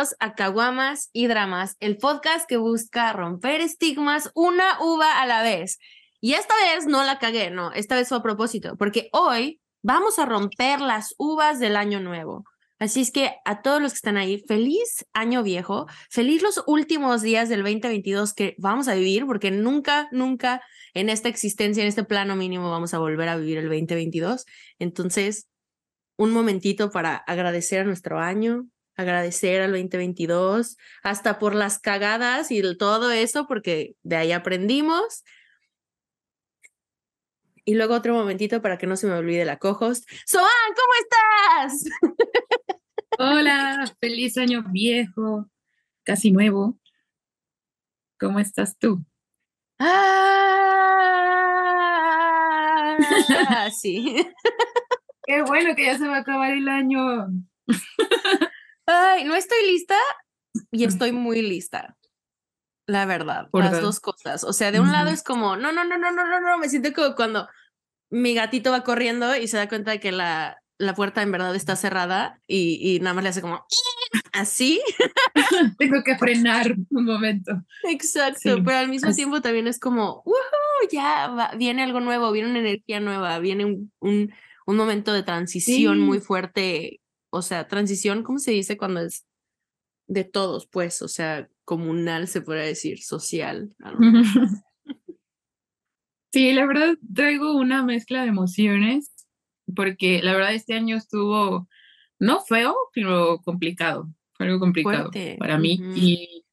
bienvenidos a Caguamas y Dramas, el podcast que busca romper estigmas una uva a la vez. Y esta vez no la cagué, no, esta vez fue a propósito, porque hoy vamos a romper las uvas del año nuevo. Así es que a todos los que están ahí, feliz año viejo, feliz los últimos días del 2022 que vamos a vivir, porque nunca en esta existencia, en este plano mínimo, vamos a volver a vivir el 2022. Entonces, un momentito para agradecer a nuestro año, agradecer al 2022, hasta por las cagadas y todo eso, porque de ahí aprendimos. Y luego otro momentito para que no se me olvide la co-host. ¡Soan, ¿cómo estás? Hola, feliz año viejo, casi nuevo. ¿Cómo estás tú? Sí. Qué bueno que ya se va a acabar el año. Ay, no estoy lista y estoy muy lista. La verdad, Por las dos. dos cosas. O sea, de un lado es como, no, me siento como cuando mi gatito va corriendo y se da cuenta de que la puerta en verdad está cerrada y nada más le hace como así. Tengo que frenar un momento. Exacto, Sí, pero al mismo tiempo también es como, ya viene algo nuevo, viene una energía nueva, viene un momento de transición muy sí. fuerte. O sea, transición, ¿cómo se dice cuando es de todos? Pues, o sea, comunal, se podría decir, social. I don't know. Sí, la verdad traigo una mezcla de emociones porque la verdad este año estuvo no feo, pero complicado. Fue algo complicado Fuerte. para mí Ujú.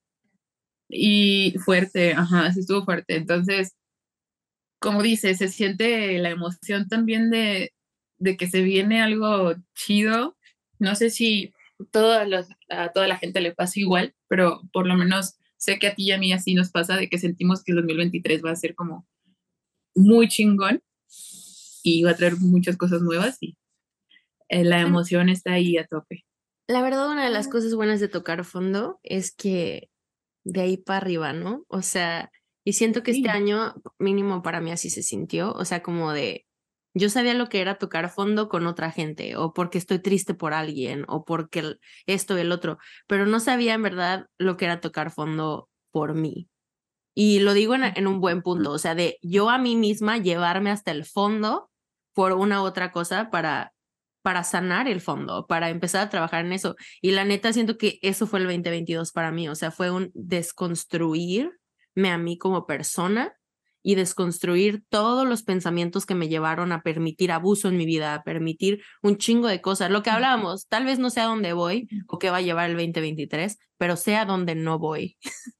y fuerte, ajá, sí estuvo fuerte. Entonces, como dices, se siente la emoción también de que se viene algo chido. No sé si a toda la gente le pasa igual, pero por lo menos sé que a ti y a mí así nos pasa de que sentimos que el 2023 va a ser como muy chingón y va a traer muchas cosas nuevas y la Bueno, emoción está ahí a tope. la verdad, una de las cosas buenas de tocar fondo es que de ahí para arriba, ¿no? O sea, y siento que este Sí. año, mínimo para mí así se sintió, o sea, como de, yo sabía lo que era tocar fondo con otra gente, o porque estoy triste por alguien, o porque esto y el otro, pero no sabía en verdad lo que era tocar fondo por mí. Y lo digo en un buen punto, o sea, de yo a mí misma llevarme hasta el fondo por una u otra cosa para sanar el fondo, para empezar a trabajar en eso. Y la neta siento que eso fue el 2022 para mí, o sea, fue un desconstruirme a mí como persona y desconstruir todos los pensamientos que me llevaron a permitir abuso en mi vida, a permitir un chingo de cosas. Lo que hablábamos, tal vez no sé a dónde voy o qué va a llevar el 2023, pero sé a dónde no voy.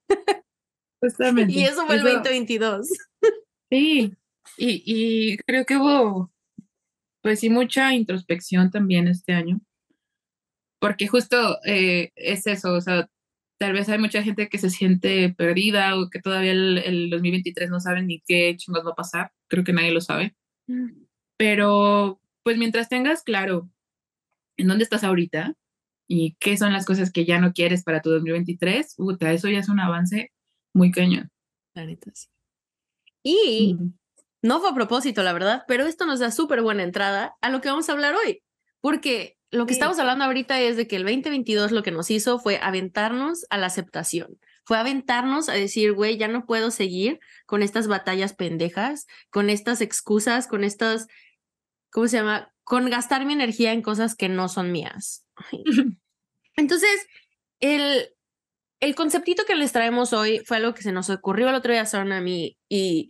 Y Justamente. eso fue el Eso, 2022. sí. Y creo que hubo, pues sí, mucha introspección también este año porque justo es eso, o sea, tal vez hay mucha gente que se siente perdida o que todavía el 2023 no saben ni qué chingos va a pasar, creo que nadie lo sabe, pero pues mientras tengas claro en dónde estás ahorita y qué son las cosas que ya no quieres para tu 2023, puta, eso ya es un avance muy cañón. La neta, sí. Y Mm. no fue a propósito, la verdad, pero esto nos da súper buena entrada a lo que vamos a hablar hoy, porque lo que Sí. estamos hablando ahorita es de que el 2022 lo que nos hizo fue aventarnos a la aceptación, fue aventarnos a decir, güey, ya no puedo seguir con estas batallas pendejas, con estas excusas, con estas, ¿cómo se llama? Con gastar mi energía en cosas que no son mías. Ay. Entonces, el, el conceptito que les traemos hoy fue algo que se nos ocurrió el otro día a mí y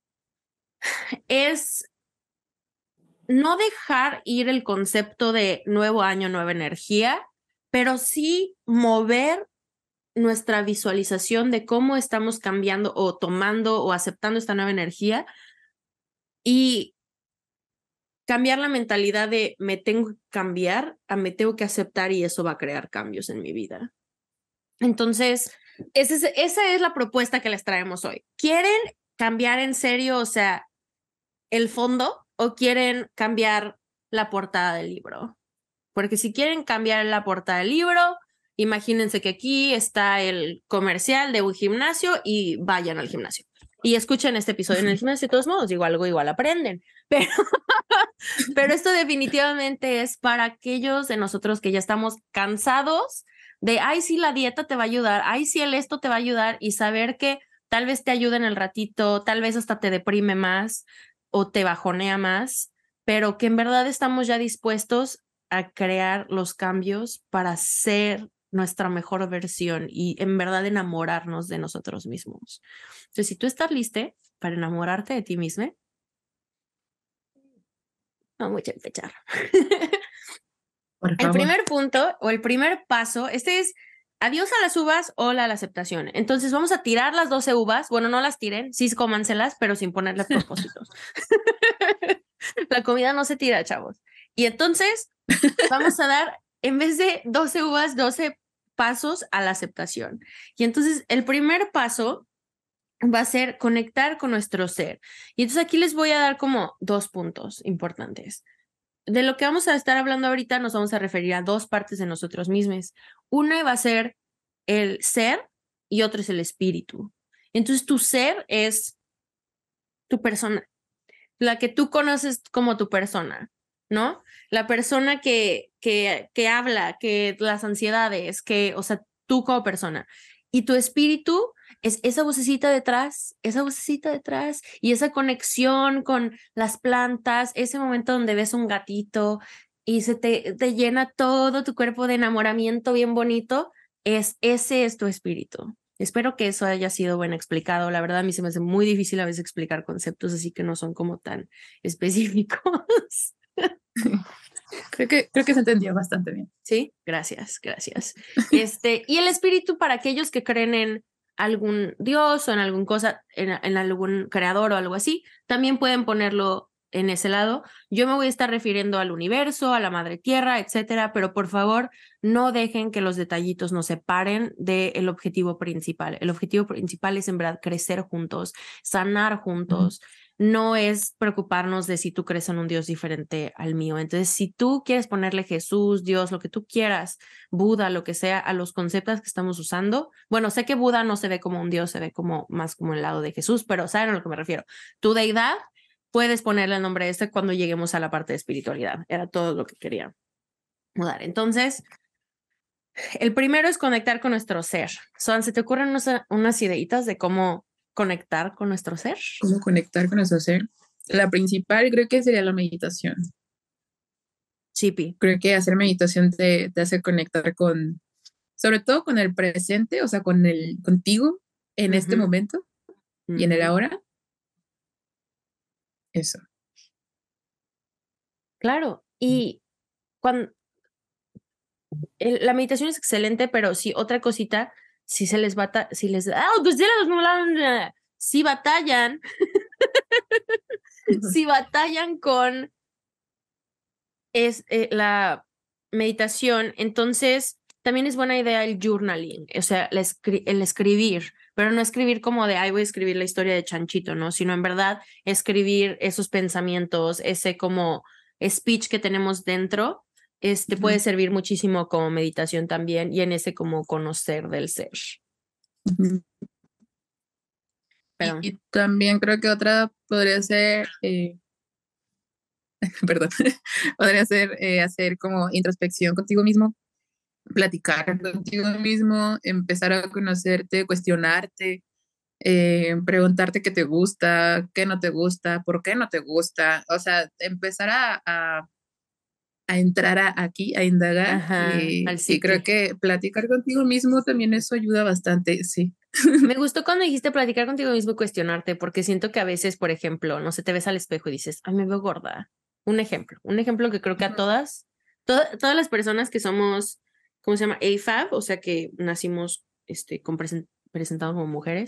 es no dejar ir el concepto de nuevo año, nueva energía, pero sí mover nuestra visualización de cómo estamos cambiando o tomando o aceptando esta nueva energía y cambiar la mentalidad de me tengo que cambiar a me tengo que aceptar y eso va a crear cambios en mi vida. Entonces, esa es la propuesta que les traemos hoy. ¿Quieren cambiar en serio, o sea, el fondo o quieren cambiar la portada del libro? Porque si quieren cambiar la portada del libro, imagínense que aquí está el comercial de un gimnasio y vayan al gimnasio. Y escuchen este episodio en el gimnasio de todos modos, igual aprenden. Pero, pero esto definitivamente es para aquellos de nosotros que ya estamos cansados de, ay, sí, la dieta te va a ayudar, ay, sí, el esto te va a ayudar y saber que tal vez te ayuda en el ratito, tal vez hasta te deprime más o te bajonea más, pero que en verdad estamos ya dispuestos a crear los cambios para ser nuestra mejor versión y en verdad enamorarnos de nosotros mismos. Entonces, si tú estás lista para enamorarte de ti misma, vamos a empezar. Por El favor. primer punto o el primer paso, este es adiós a las uvas, hola a la aceptación. Entonces vamos a tirar las 12 uvas, bueno, no las tiren, sí cómanselas, pero sin ponerle propósitos. La comida no se tira, chavos. Y entonces vamos a dar, en vez de 12 uvas, 12 pasos a la aceptación. Y entonces el primer paso va a ser conectar con nuestro ser. Y entonces aquí les voy a dar como 2 puntos importantes. De lo que vamos a estar hablando ahorita nos vamos a referir a 2 partes de nosotros mismos. Una va a ser el ser y otro es el espíritu. Entonces tu ser es tu persona, la que tú conoces como tu persona, ¿no? La persona que habla, que las ansiedades, que, o sea, tú como persona. Y tu espíritu es esa vocecita detrás y esa conexión con las plantas, ese momento donde ves un gatito y te llena todo tu cuerpo de enamoramiento bien bonito, ese es tu espíritu. Espero que eso haya sido bien explicado. La verdad, a mí se me hace muy difícil a veces explicar conceptos así que no son como tan específicos. Creo que se entendió bastante bien. Sí, gracias. Y el espíritu para aquellos que creen en algún dios o en alguna cosa, en algún creador o algo así, también pueden ponerlo en ese lado. Yo me voy a estar refiriendo al universo, a la madre tierra, etcétera, pero por favor no dejen que los detallitos nos separen del objetivo principal. El objetivo principal es en verdad crecer juntos, sanar juntos. No es preocuparnos de si tú crees en un Dios diferente al mío. Entonces, si tú quieres ponerle Jesús, Dios, lo que tú quieras, Buda, lo que sea, a los conceptos que estamos usando, bueno, sé que Buda no se ve como un Dios, se ve como más como el lado de Jesús, pero ¿saben a lo que me refiero? Tu deidad, puedes ponerle el nombre este cuando lleguemos a la parte de espiritualidad. Era todo lo que quería mudar. Entonces, el primero es conectar con nuestro ser. Son, ¿se te ocurren unas ideitas de cómo conectar con nuestro ser? ¿Cómo conectar con nuestro ser? La principal creo que sería la meditación. Chippy. Creo que hacer meditación te hace conectar con, sobre todo con el presente, o sea, contigo en este momento y en el ahora. Eso. Claro, y cuando la meditación es excelente, pero sí, otra cosita, si se les bata, si les si batallan, si batallan con la meditación, entonces también es buena idea el journaling, o sea, el escribir, pero no escribir como de, ay, voy a escribir la historia de Chanchito, ¿no? Sino en verdad escribir esos pensamientos, ese como speech que tenemos dentro, puede servir muchísimo como meditación también y en ese como conocer del ser. Y también creo que otra podría ser, perdón, podría ser hacer como introspección contigo mismo, platicar contigo mismo, empezar a conocerte, cuestionarte, preguntarte qué te gusta, qué no te gusta, por qué no te gusta, o sea, empezar a entrar aquí, a indagar. Ajá, al y creo que platicar contigo mismo también eso ayuda bastante, sí. Me gustó cuando dijiste platicar contigo mismo y cuestionarte, porque siento que a veces, por ejemplo, no sé, te ves al espejo y dices, ay, me veo gorda. Un ejemplo que creo que a todas las personas que somos, ¿cómo se llama? AFAB, o sea, que nacimos presentados como mujeres,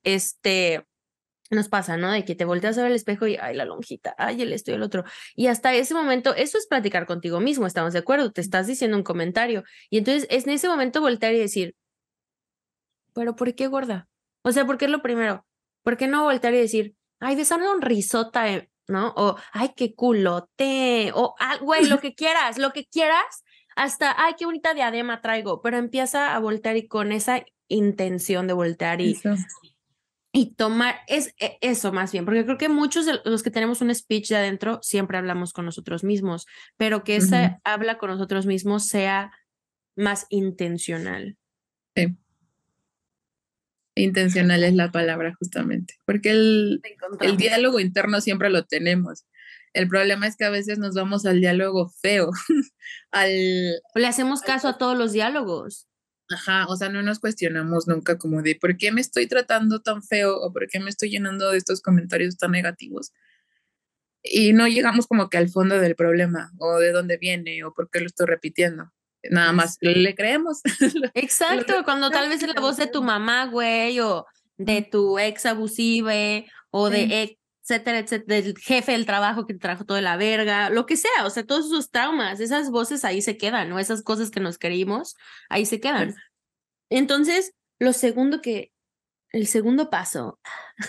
nos pasa, ¿no? De que te volteas a ver el espejo y, ay, la lonjita, ay, el esto y el otro. Y hasta ese momento, eso es platicar contigo mismo, estamos de acuerdo, te estás diciendo un comentario. Y entonces es en ese momento voltear y decir, pero ¿por qué gorda? O sea, ¿por qué es lo primero? ¿Por qué no voltear y decir, ay, de esa sonrisota, ¿no? O, ay, qué culote, o, güey, lo que quieras, hasta, ay, qué bonita diadema traigo, pero empieza a voltear y con esa intención de voltear y tomar, eso más bien, porque creo que muchos de los que tenemos un speech de adentro siempre hablamos con nosotros mismos, pero que ese habla con nosotros mismos sea más intencional. Sí. Intencional es la palabra justamente, porque el diálogo interno siempre lo tenemos. El problema es que a veces nos vamos al diálogo feo, al, Le hacemos caso a todos los diálogos. ajá, o sea, no nos cuestionamos nunca como de por qué me estoy tratando tan feo o por qué me estoy llenando de estos comentarios tan negativos. Y no llegamos como que al fondo del problema o de dónde viene o por qué lo estoy repitiendo. Nada más le creemos. Lo Exacto, cuando tal repitamos vez y es la le voz de tu creemos. mamá, güey, o de Ujú. tu ex abusive, o Sí, de etcétera, etcétera, del jefe del trabajo que te trajo toda la verga, lo que sea, o sea, todos esos traumas, esas voces ahí se quedan, ¿no? Esas cosas que nos creímos, ahí se quedan. sí. Entonces, el segundo paso,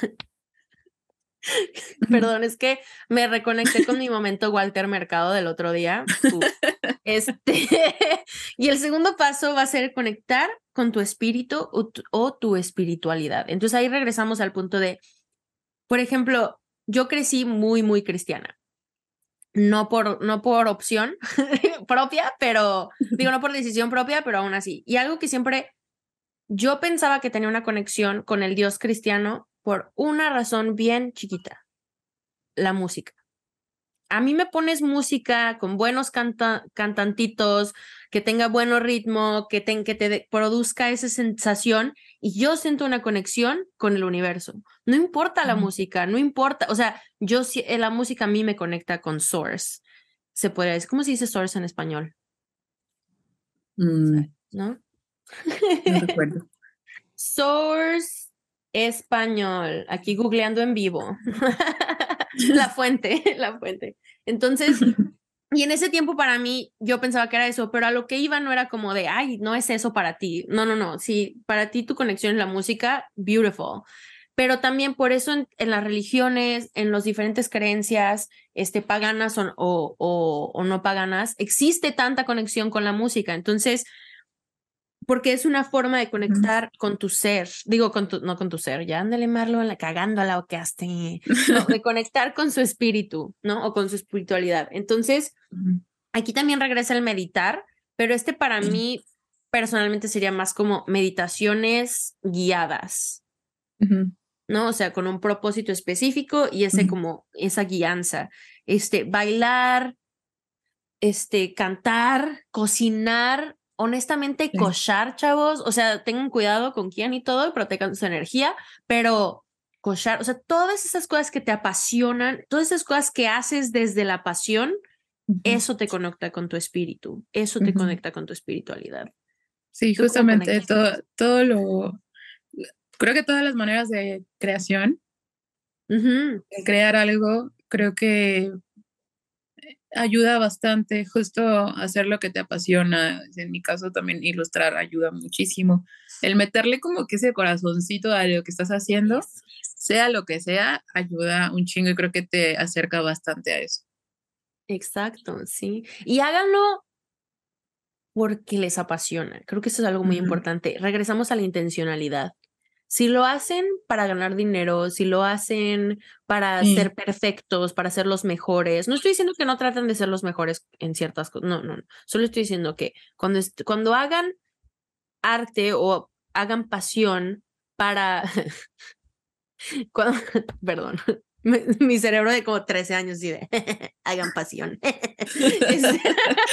perdón, es que me reconecté con mi momento Walter Mercado del otro día. Este, y el segundo paso va a ser conectar con tu espíritu o tu espiritualidad. Entonces ahí regresamos al punto de, por ejemplo, yo crecí muy, muy cristiana. No por opción propia, pero digo, no por decisión propia, pero aún así. Y algo que siempre yo pensaba que tenía una conexión con el Dios cristiano por una razón bien chiquita, la música. A mí me pones música con buenos cantantitos, que tenga buen ritmo, que te produzca esa sensación y yo siento una conexión con el universo. No importa la música, no importa, o sea, la música a mí me conecta con Source. Se puede decir, ¿cómo se dice Source en español? Mm, ¿No? no recuerdo. Source español, aquí googleando en vivo. La fuente, la fuente. Entonces, y en ese tiempo para mí yo pensaba que era eso, pero a lo que iba no era como de, ay, no es eso para ti. No, no, no. Si para ti tu conexión es la música, beautiful. Pero también por eso en las religiones, en las diferentes creencias, paganas o no paganas, existe tanta conexión con la música. Entonces, porque es una forma de Ujú. conectar con tu ser, digo, no con tu ser, ya ándale Marlo, cagando a la ocaste, no, de conectar con su espíritu, ¿no? O con su espiritualidad. Entonces, Ujú. aquí también regresa el meditar, pero para Sí. mí personalmente sería más como meditaciones guiadas, Ujú. ¿no? O sea, con un propósito específico y Ujú. como esa guianza. Bailar, cantar, cocinar, honestamente, Sí. cochar, chavos, o sea, tengan cuidado con quién y todo, y protejan su energía, pero cochar, o sea, todas esas cosas que te apasionan, todas esas cosas que haces desde la pasión, Ujú. eso te conecta con tu espíritu, eso te Ujú. conecta con tu espiritualidad. Sí, ¿Tú cómo justamente conectas? todo creo que todas las maneras de creación, Ujú. de crear algo, creo que ayuda bastante, justo hacer lo que te apasiona. En mi caso también ilustrar ayuda muchísimo. El meterle como que ese corazoncito a lo que estás haciendo, Yes. sea lo que sea, ayuda un chingo y creo que te acerca bastante a eso. Exacto, sí. Y háganlo porque les apasiona. Creo que eso es algo muy Ujú. importante. Regresamos a la intencionalidad. Si lo hacen para ganar dinero, si lo hacen para Sí. ser perfectos, para ser los mejores, no estoy diciendo que no traten de ser los mejores en ciertas cosas, no, no, no. Solo estoy diciendo que cuando hagan arte o hagan pasión para, perdón, mi cerebro de como 13 años y de, hagan pasión. Es-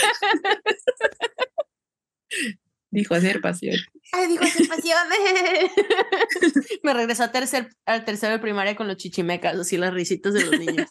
Dijo hacer pasión. Ay, dijo hacer pasión. Me regresó al tercero de primaria con los chichimecas, así las risitas de los niños.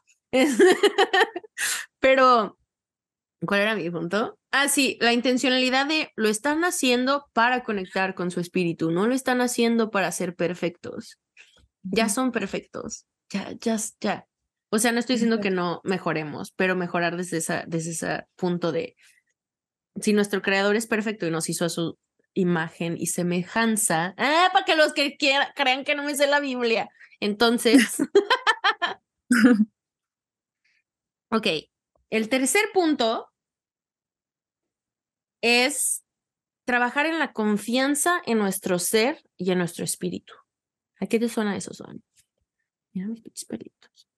Pero, ¿cuál era mi punto? Ah, sí, la intencionalidad de lo están haciendo para conectar con su espíritu, no lo están haciendo para ser perfectos. Ya Ujú. son perfectos. Ya, ya, ya. O sea, no estoy diciendo que no mejoremos, pero mejorar desde ese punto de si nuestro creador es perfecto y nos hizo a su imagen y semejanza, para que los que crean que no me sé la Biblia. Entonces, ok, el tercer punto es trabajar en la confianza en nuestro ser y en nuestro espíritu. ¿A qué te suena eso, Son? Mira mis pinches pelitos.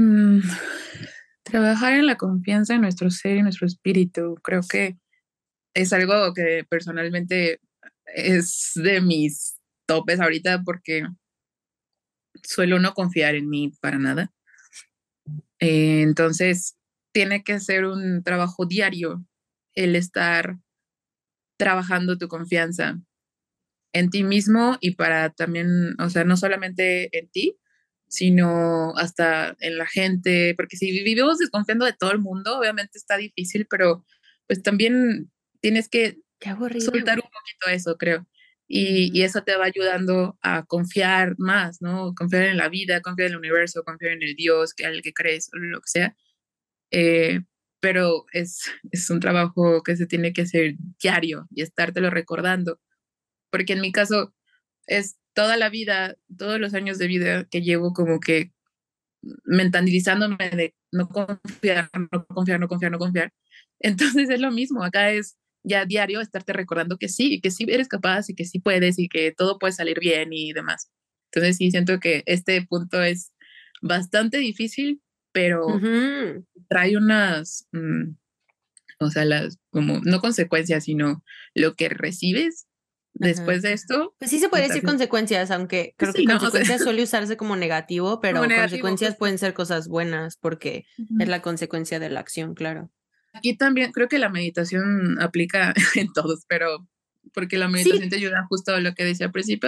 Mm, trabajar en la confianza en nuestro ser y nuestro espíritu. Creo que es algo que personalmente es de mis topes ahorita porque suelo no confiar en mí para nada. Entonces, tiene que ser un trabajo diario el estar trabajando tu confianza en ti mismo y para también, o sea, no solamente en ti, sino hasta en la gente, porque si vivimos desconfiando de todo el mundo, obviamente está difícil, pero pues también tienes que Qué aburrido. soltar un poquito eso, creo. Y eso te va ayudando a confiar más, ¿no? Confiar en la vida, confiar en el universo, confiar en el Dios, que al que crees, o lo que sea. Eh, pero es un trabajo que se tiene que hacer diario y estártelo recordando. Porque en mi caso es toda la vida, todos los años de vida que llevo como que mentalizándome de no confiar, no confiar, no confiar, no confiar. Entonces es lo mismo, acá es ya diario estarte recordando que sí eres capaz y que sí puedes y que todo puede salir bien y demás. Entonces sí, siento que este punto es bastante difícil, pero Ujú. trae unas, o sea, las como no consecuencias, sino lo que recibes Ajá. después de esto. Pues sí se puede decir Entonces, consecuencias, aunque pues creo que sí, ¿no? O sea, consecuencias suele usarse como negativo, como pero negativo, consecuencias justo. pueden ser cosas buenas porque es Ujú. la consecuencia de la acción, claro. Aquí también creo que la meditación aplica en todos, pero porque la meditación Sí, te ayuda justo a lo que decía al principio,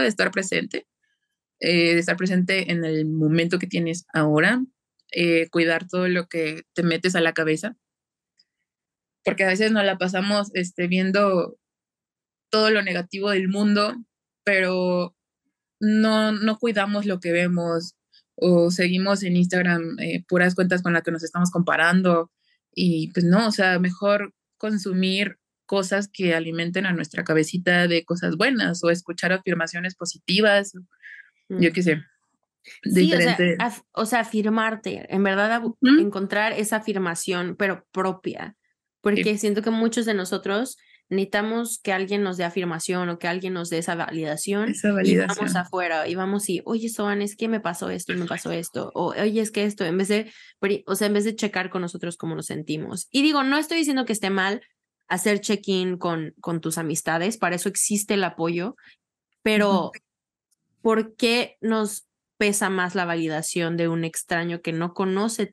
de estar presente en el momento que tienes ahora, cuidar todo lo que te metes a la cabeza, porque a veces nos la pasamos viendo todo lo negativo del mundo, pero no cuidamos lo que vemos o seguimos en Instagram puras cuentas con las que nos estamos comparando y pues no, o sea, mejor consumir cosas que alimenten a nuestra cabecita de cosas buenas o escuchar afirmaciones positivas, yo mm, qué sé, sí, o sea, diferente. o sea, afirmarte, en verdad Ujú, encontrar esa afirmación, pero propia, sí, porque siento que muchos de nosotros necesitamos que alguien nos dé afirmación o que alguien nos dé esa validación esa y vamos validación. afuera y vamos y, oye, Soan, es que me pasó esto y me pasó esto, o oye, es que esto, en vez de, o sea, en vez de checar con nosotros cómo nos sentimos. Y digo, no estoy diciendo que esté mal hacer check-in con tus amistades, para eso existe el apoyo, Ujú. pero ¿por qué nos pesa más la validación de un extraño que no conoce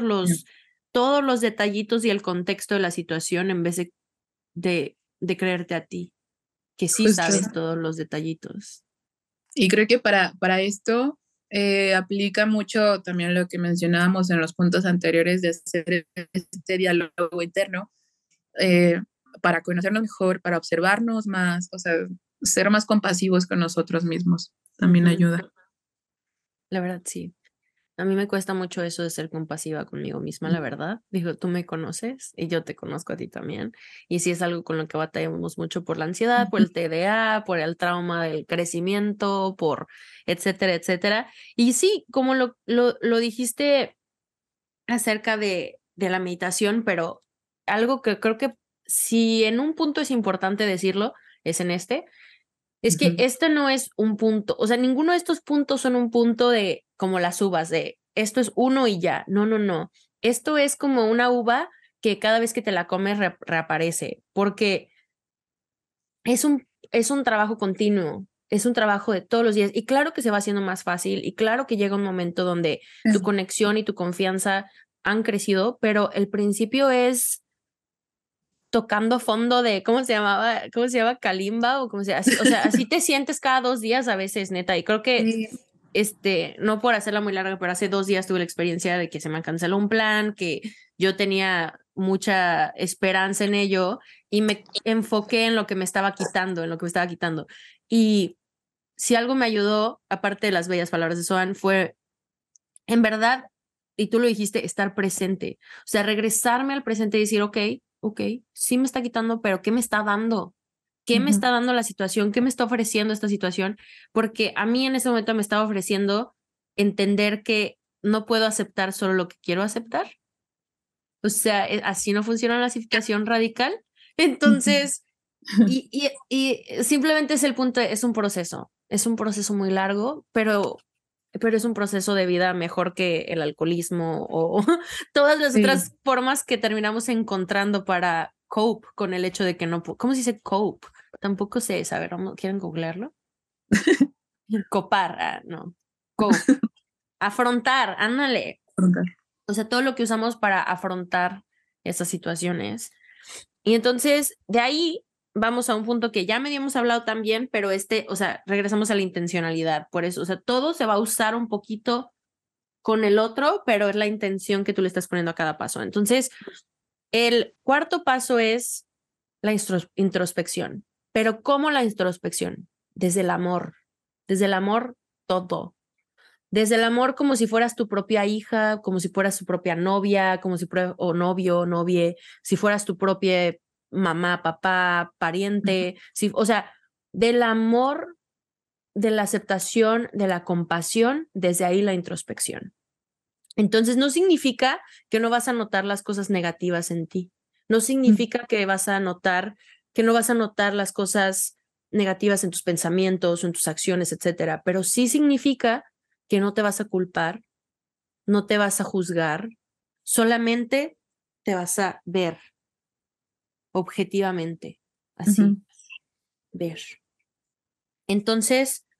todos los detallitos y el contexto de la situación en vez de creerte a ti, que sí Justo. sabes todos los detallitos? Y creo que para esto aplica mucho también lo que mencionábamos en los puntos anteriores de hacer este diálogo interno eh, para conocernos mejor, para observarnos más, o sea, ser más compasivos con nosotros mismos también Ujú. ayuda. La verdad, sí. A mí me cuesta mucho eso de ser compasiva conmigo misma, la verdad. Digo, tú me conoces y yo te conozco a ti también. Y sí es algo con lo que batallamos mucho por la ansiedad, por el TDA, por el trauma del crecimiento, por etcétera, etcétera. Y sí, como lo dijiste acerca de la meditación, pero algo que creo que si en un punto es importante decirlo, es en este, es que Ujú. este no es un punto, o sea, ninguno de estos puntos son un punto de como las uvas, de esto es uno y ya. No, no, no. Esto es como una uva que cada vez que te la comes reaparece, porque es un trabajo continuo, es un trabajo de todos los días. Y claro que se va haciendo más fácil y claro que llega un momento donde tu conexión y tu confianza han crecido, pero el principio es tocando fondo de, ¿cómo se llamaba? ¿Cómo se llama? Kalimba o cómo se así, o sea, así te sientes cada 2 días a veces, neta. Y creo que, Sí, no por hacerla muy larga, pero hace 2 días tuve la experiencia de que se me canceló un plan, que yo tenía mucha esperanza en ello y me enfoqué en lo que me estaba quitando, en lo que me estaba quitando. Y si algo me ayudó, aparte de las bellas palabras de Soan, fue en verdad, y tú lo dijiste, estar presente. O sea, regresarme al presente y decir, ok, ok, sí me está quitando, pero ¿qué me está dando? ¿Qué me ujú, está dando la situación? ¿Qué me está ofreciendo esta situación? Porque a mí en ese momento me estaba ofreciendo entender que no puedo aceptar solo lo que quiero aceptar. O sea, así no funciona la aceptación radical. ujú. Entonces, y simplemente es el punto, es un proceso muy largo, pero es un proceso de vida mejor que el alcoholismo o todas las Sí, otras formas que terminamos encontrando para cope con el hecho de que no, ¿cómo se dice cope? Tampoco sé, a ver, ¿quieren googlearlo? Copar, no, cope, afrontar, ándale. O sea, todo lo que usamos para afrontar esas situaciones. Y entonces, de ahí vamos a un punto que ya medio hemos hablado también, pero o sea, regresamos a la intencionalidad. Por eso, o sea, todo se va a usar un poquito con el otro, pero es la intención que tú le estás poniendo a cada paso. Entonces, el cuarto paso es la introspección. Pero ¿cómo la introspección? Desde el amor. Desde el amor, todo. Desde el amor como si fueras tu propia hija, como si fueras tu propia novia, como si fueras, o novio, novie, si fueras tu propia mamá, papá, pariente, si, o sea, del amor, de la aceptación, de la compasión, desde ahí la introspección. Entonces no significa que no vas a notar las cosas negativas en ti, no significa que vas a notar, que no vas a notar las cosas negativas en tus pensamientos o en tus acciones, etcétera, pero sí significa que no te vas a culpar, no te vas a juzgar, solamente te vas a ver objetivamente, así, ver. Entonces,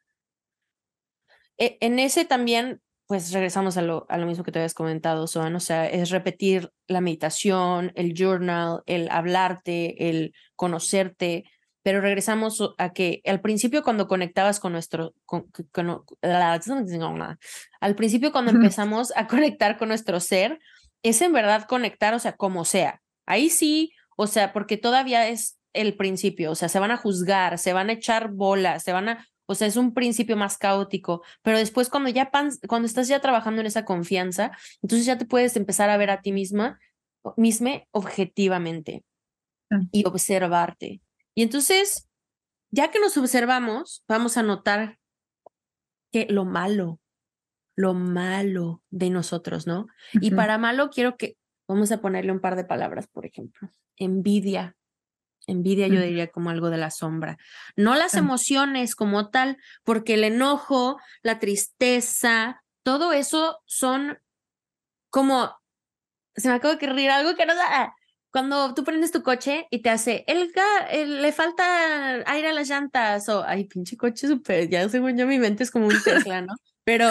en ese también, pues regresamos a lo mismo que te habías comentado, Soan, o sea, es repetir la meditación, el journal, el hablarte, el conocerte, pero regresamos a que al principio cuando conectabas con al principio cuando empezamos a conectar con nuestro ser, es en verdad conectar, o sea, como sea. Ahí sí, o sea, porque todavía es el principio, o sea, se van a juzgar, se van a echar bolas, o sea, es un principio más caótico, pero después cuando estás ya trabajando en esa confianza, entonces ya te puedes empezar a ver a ti misma objetivamente y observarte. Y entonces, ya que nos observamos, vamos a notar que lo malo de nosotros, ¿no? Y para malo quiero que, vamos a ponerle un par de palabras, por ejemplo, envidia. Envidia yo diría como algo de la sombra. No las emociones como tal, porque el enojo, la tristeza, todo eso son como, se me acaba de ocurrir algo que no da. Cuando tú prendes tu coche y te hace, le falta aire a las llantas, o, ay, pinche coche súper, ya según yo mi mente es como un Tesla, ¿no? Pero,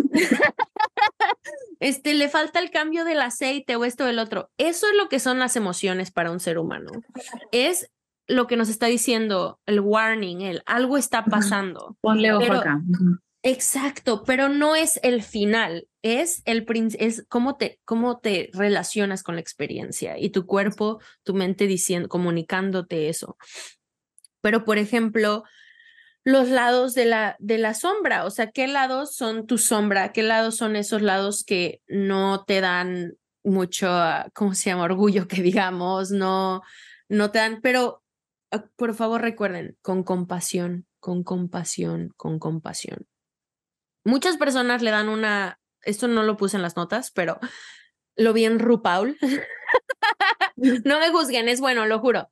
le falta el cambio del aceite o esto o el otro. Eso es lo que son las emociones para un ser humano. Es lo que nos está diciendo el warning, el algo está pasando. Ponle ojo acá. Exacto, pero no es el final, es cómo te relacionas con la experiencia y tu cuerpo, tu mente comunicándote eso. Pero, por ejemplo, los lados de la sombra, o sea, ¿qué lados son tu sombra? ¿Qué lados son esos lados que no te dan mucho, ¿cómo se llama? Orgullo, que digamos, no te dan, pero por favor recuerden, con compasión, con compasión, con compasión. Muchas personas le dan esto no lo puse en las notas, pero lo vi en RuPaul. No me juzguen, es bueno, lo juro.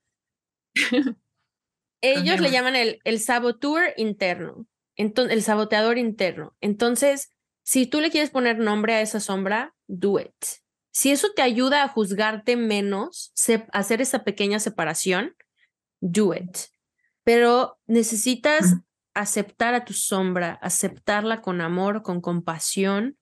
Ellos le llaman el saboteur interno, el saboteador interno. Entonces, si tú le quieres poner nombre a esa sombra, do it. Si eso te ayuda a juzgarte menos, hacer esa pequeña separación, do it. Pero necesitas aceptar a tu sombra, aceptarla con amor, con compasión.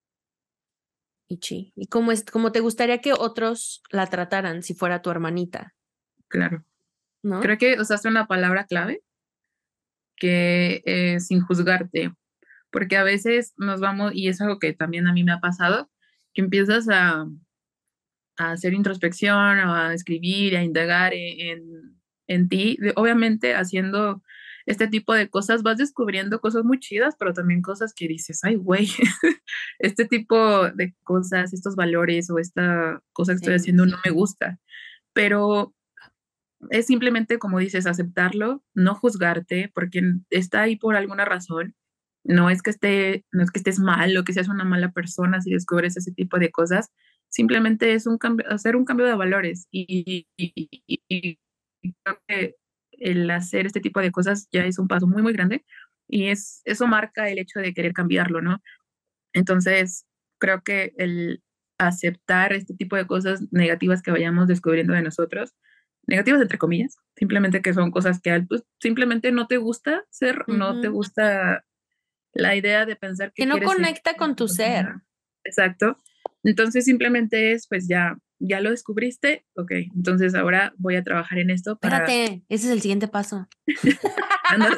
Y cómo te gustaría que otros la trataran si fuera tu hermanita. Claro. ¿No? Creo que usaste una palabra clave que es sin juzgarte, porque a veces nos vamos, y es algo que también a mí me ha pasado, que empiezas a hacer introspección, a escribir, a indagar en ti, obviamente haciendo este tipo de cosas, vas descubriendo cosas muy chidas, pero también cosas que dices, ay, güey, este tipo de cosas, estos valores o esta cosa que estoy haciendo no me gusta, pero es simplemente, como dices, aceptarlo, no juzgarte, porque está ahí por alguna razón. No es que estés mal o que seas una mala persona si descubres ese tipo de cosas. Simplemente es hacer un cambio de valores. Y creo que el hacer este tipo de cosas ya es un paso muy, muy grande. Y eso marca el hecho de querer cambiarlo, ¿no? Entonces, creo que el aceptar este tipo de cosas negativas que vayamos descubriendo de nosotros negativas entre comillas, simplemente que son cosas que pues, simplemente no te gusta ser, no te gusta la idea de pensar Que que no quieres ser conecta con tu una ser. persona. Exacto. Entonces simplemente es, pues ya lo descubriste, ok, entonces ahora voy a trabajar en esto para Espérate, ese es el siguiente paso. andar.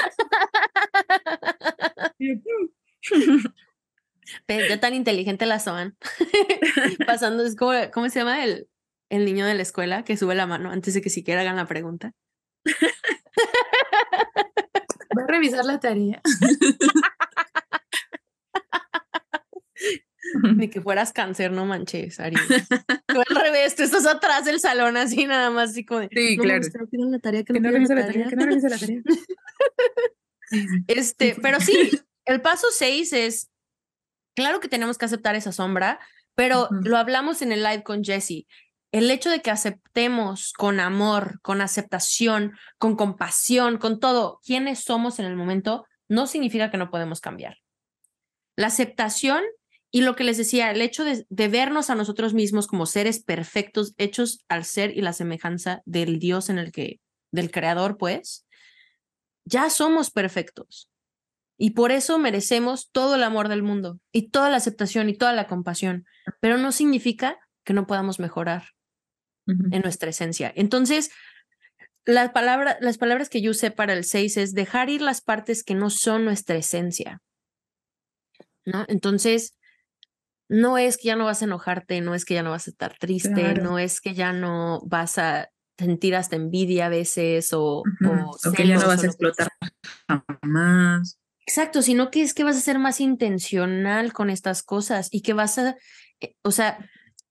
Ya tan inteligente la son. Pasando, es como, ¿cómo se llama el niño de la escuela que sube la mano antes de que siquiera hagan la pregunta? Voy a revisar la tarea. Ni que fueras cáncer, no manches, Ari. Tú al revés, tú estás atrás del salón así nada más, así como de, Sí, no claro. mames, que no pidan la tarea, que Que no no pidan la revise la tarea, tarea. que no revise la tarea. Sí, sí. Pero sí, el paso 6 es, claro que tenemos que aceptar esa sombra, pero lo hablamos en el live con Jessie. El hecho de que aceptemos con amor, con aceptación, con compasión, con todo quiénes somos en el momento, no significa que no podemos cambiar. La aceptación y lo que les decía, el hecho de vernos a nosotros mismos como seres perfectos, hechos al ser y la semejanza del Dios del creador, pues, ya somos perfectos. Y por eso merecemos todo el amor del mundo y toda la aceptación y toda la compasión, pero no significa que no podamos mejorar en nuestra esencia. Entonces, las palabras que yo usé para el 6 es dejar ir las partes que no son nuestra esencia, ¿no? Entonces, no es que ya no vas a enojarte, no es que ya no vas a estar triste, Claro. no es que ya no vas a sentir hasta envidia a veces o O que ya no celos vas o a lo que explotar sea. jamás. Exacto, sino que es que vas a ser más intencional con estas cosas y que o sea,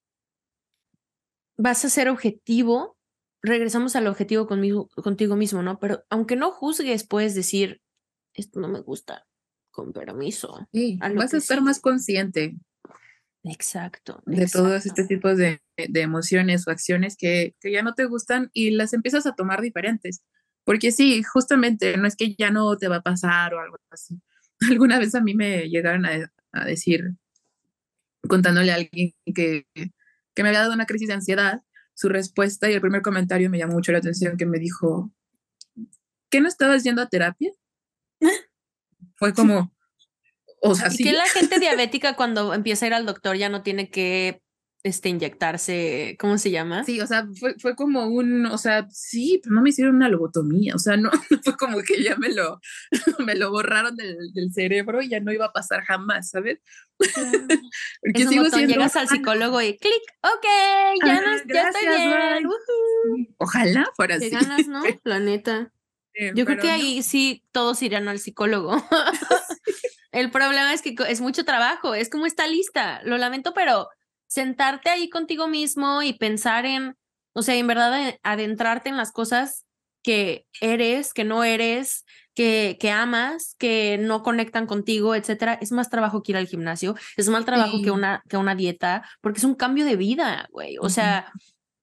vas a ser objetivo. Regresamos al objetivo contigo mismo, ¿no? Pero aunque no juzgues, puedes decir, esto no me gusta, con permiso, Sí, a lo vas a que estar más sigue. consciente Exacto, de todos exacto. estos tipos de emociones o acciones que ya no te gustan y las empiezas a tomar diferentes. Porque sí, justamente, no es que ya no te va a pasar o algo así. Alguna vez a mí me llegaron a decir, contándole a alguien que me había dado una crisis de ansiedad, su respuesta y el primer comentario me llamó mucho la atención, que me dijo, ¿qué no estabas yendo a terapia? Fue como, o sea, Y que sí. la gente diabética cuando empieza a ir al doctor ya no tiene que inyectarse, ¿cómo se llama? Sí, o sea, fue como o sea, sí, pero no me hicieron una lobotomía, o sea, no, no fue como que ya me lo borraron del cerebro y ya no iba a pasar jamás, ¿sabes? Claro. Porque Es un sigo botón, siendo llegas al humano. psicólogo y clic, ok, Ah, ya estoy gracias, bien. bye. Ojalá fuera Qué así, ganas, ¿no? La neta. Yo creo pero que no. ahí sí todos irían al psicólogo. El problema es que es mucho trabajo, es como esta lista. Lo lamento, pero sentarte ahí contigo mismo y pensar o sea, en verdad adentrarte en las cosas que eres, que no eres, que amas, que no conectan contigo, etcétera, es más trabajo que ir al gimnasio, es más trabajo Sí. que una dieta, porque es un cambio de vida, güey. O sea,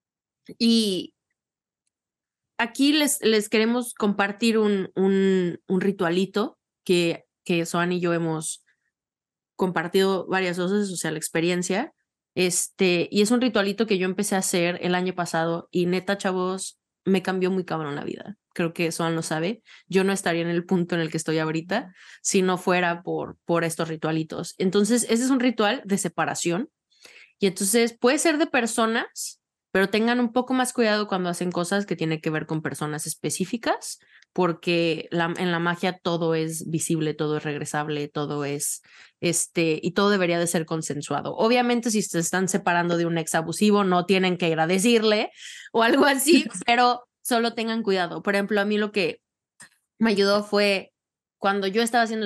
y aquí les queremos compartir un ritualito que Soan y yo hemos compartido varias veces, o sea, la experiencia. Y es un ritualito que yo empecé a hacer el año pasado y neta, chavos, me cambió muy cabrón la vida. Creo que Soan lo sabe. Yo no estaría en el punto en el que estoy ahorita si no fuera por estos ritualitos. Entonces, ese es un ritual de separación y entonces puede ser de personas, pero tengan un poco más cuidado cuando hacen cosas que tienen que ver con personas específicas, porque en la magia todo es visible, todo es regresable, todo es, y todo debería de ser consensuado. Obviamente, si se están separando de un ex abusivo, no tienen que ir a decirle o algo así, pero solo tengan cuidado. Por ejemplo, a mí lo que me ayudó fue cuando yo estaba haciendo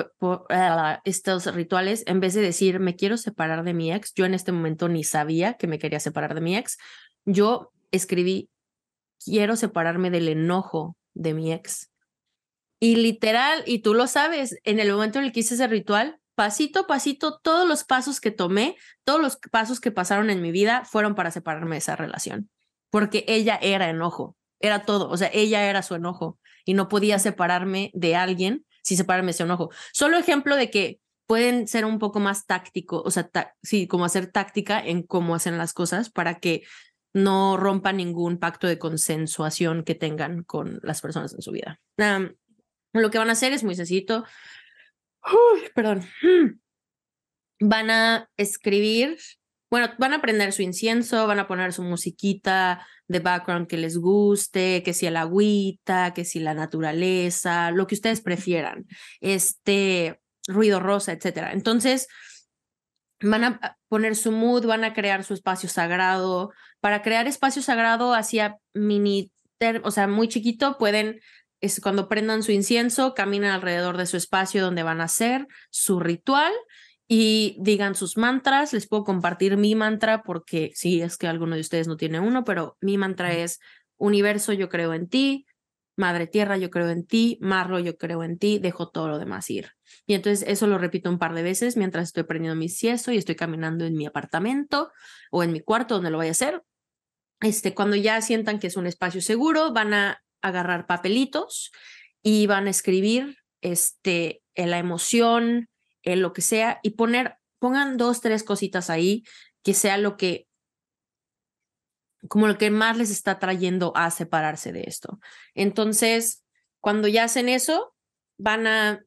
estos rituales, en vez de decir, me quiero separar de mi ex, yo en este momento ni sabía que me quería separar de mi ex, yo escribí, quiero separarme del enojo de mi ex. Y literal, y tú lo sabes, en el momento en el que hice ese ritual, pasito a pasito, todos los pasos que tomé, todos los pasos que pasaron en mi vida fueron para separarme de esa relación, porque ella era enojo, era todo, o sea, ella era su enojo y no podía separarme de alguien si separarme de ese enojo. Solo ejemplo de que pueden ser un poco más táctico, o sea, sí, como hacer táctica en cómo hacen las cosas para que no rompa ningún pacto de consensuación que tengan con las personas en su vida. Lo que van a hacer es muy sencillo. Perdón. Van a escribir, bueno, van a prender su incienso, van a poner su musiquita de background que les guste, que si el agüita, que si la naturaleza, lo que ustedes prefieran, ruido rosa, etcétera. Entonces, van a poner su mood, van a crear su espacio sagrado. Para crear espacio sagrado hacia o sea, muy chiquito, pueden, cuando prendan su incienso, caminan alrededor de su espacio donde van a hacer su ritual y digan sus mantras. Les puedo compartir mi mantra porque sí, es que alguno de ustedes no tiene uno, pero mi mantra es: universo, yo creo en ti; madre tierra, yo creo en ti; Marlo, yo creo en ti; dejo todo lo demás ir. Y entonces eso lo repito un par de veces mientras estoy prendiendo mi incienso y estoy caminando en mi apartamento o en mi cuarto, donde lo vaya a hacer. Cuando ya sientan que es un espacio seguro, van a agarrar papelitos y van a escribir en la emoción, en lo que sea, y pongan 2, 3 cositas ahí que sea como lo que más les está trayendo a separarse de esto. Entonces, cuando ya hacen eso, van a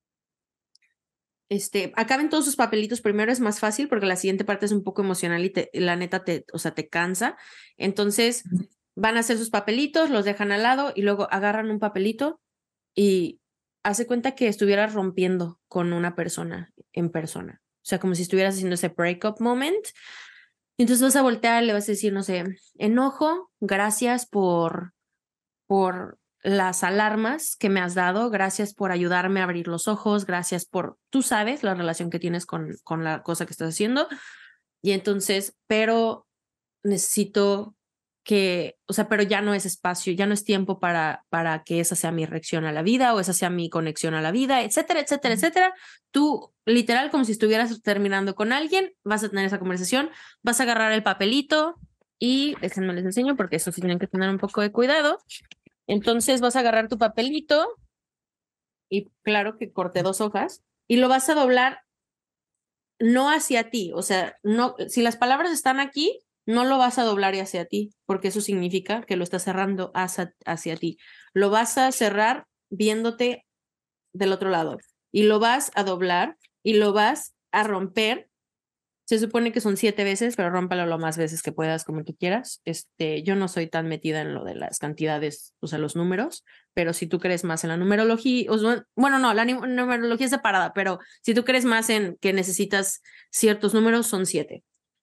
acaben todos sus papelitos primero. Es más fácil porque la siguiente parte es un poco emocional y la neta o sea, te cansa. Entonces van a hacer sus papelitos, los dejan al lado y luego agarran un papelito y hace cuenta que estuvieras rompiendo con una persona en persona. O sea, como si estuvieras haciendo ese breakup moment. Y entonces vas a voltear y le vas a decir, no sé, enojo, gracias por las alarmas que me has dado, gracias por ayudarme a abrir los ojos, gracias por, tú sabes, la relación que tienes con la cosa que estás haciendo. Y entonces, pero necesito o sea, pero ya no es espacio, ya no es tiempo para que esa sea mi reacción a la vida o esa sea mi conexión a la vida, etcétera, etcétera, etcétera. Tú, literal, como si estuvieras terminando con alguien, vas a tener esa conversación, vas a agarrar el papelito y déjenme les enseño porque eso sí tienen que tener un poco de cuidado. Entonces vas a agarrar tu papelito y claro que corté 2 hojas y lo vas a doblar no hacia ti, o sea, no, si las palabras están aquí, no lo vas a doblar hacia ti, porque eso significa que lo estás cerrando hacia ti. Lo vas a cerrar viéndote del otro lado y lo vas a doblar y lo vas a romper. Se supone que son 7 veces, pero rómpalo lo más veces que puedas, como tú quieras. Yo no soy tan metida en lo de las cantidades, o sea, los números, pero si tú crees más en la numerología, bueno, no, la numerología es separada, pero si tú crees más en que necesitas ciertos números, son 7.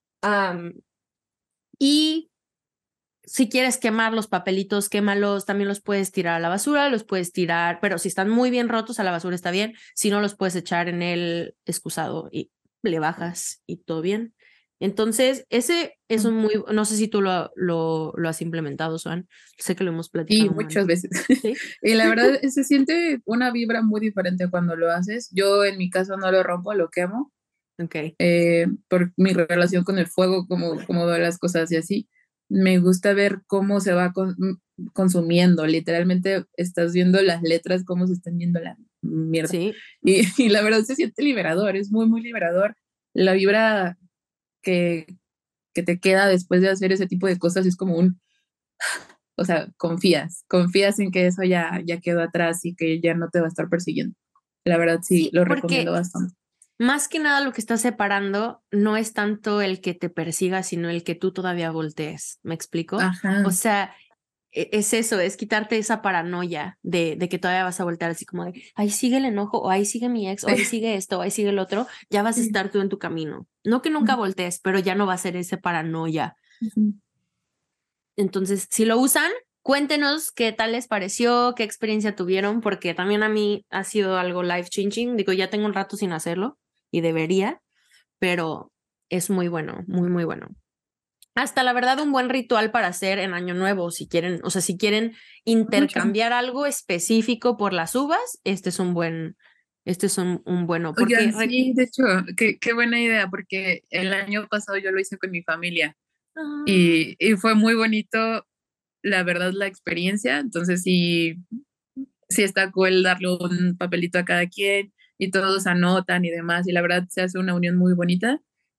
Y si quieres quemar los papelitos, quémalos, también los puedes tirar a la basura, los puedes tirar, pero si están muy bien rotos, a la basura está bien. Si no, los puedes echar en el excusado y le bajas y todo bien. Entonces, ese es no sé si tú lo has implementado, Swan. Sé que lo hemos Sí, platicado muchas veces. ¿Sí? Y la verdad se siente una vibra muy diferente cuando lo haces. Yo en mi caso no lo rompo, lo quemo, Ok. por mi relación con el fuego, como veo las cosas y así. Me gusta ver cómo se va consumiendo. Literalmente estás viendo las letras, cómo se están yendo la mierda. Sí. Y la verdad se siente liberador, es muy, muy liberador. La vibra que, que te queda después de hacer ese tipo de cosas es como o sea, confías en que eso ya quedó atrás y que ya no te va a estar persiguiendo. La verdad sí, Sí, lo recomiendo porque bastante. más que nada lo que está separando no es tanto el que te persiga, sino el que tú todavía voltees. ¿Me explico? O Ajá. sea, es eso, es quitarte esa paranoia de que todavía vas a voltear así como de, ahí sigue el enojo, o ahí sigue mi ex, o ahí sigue esto, o ahí sigue el otro. Ya vas a Sí. estar tú en tu camino. No que nunca voltees, pero ya no va a ser ese paranoia. Ujú. Entonces, si lo usan, cuéntenos qué tal les pareció, qué experiencia tuvieron, porque también a mí ha sido algo life changing. Digo, ya tengo un rato sin hacerlo y debería, pero es muy bueno, muy, muy bueno. Hasta la verdad, un buen ritual para hacer en Año Nuevo, si quieren, o sea, si quieren Mucho. intercambiar algo específico por las uvas, este es un bueno, porque Oigan, sí, de hecho, qué buena idea, porque el año pasado yo lo hice con mi familia y fue muy bonito, la verdad, la experiencia. Entonces sí está cool darle un papelito a cada quien y todos anotan y demás, y la verdad se hace una unión muy bonita.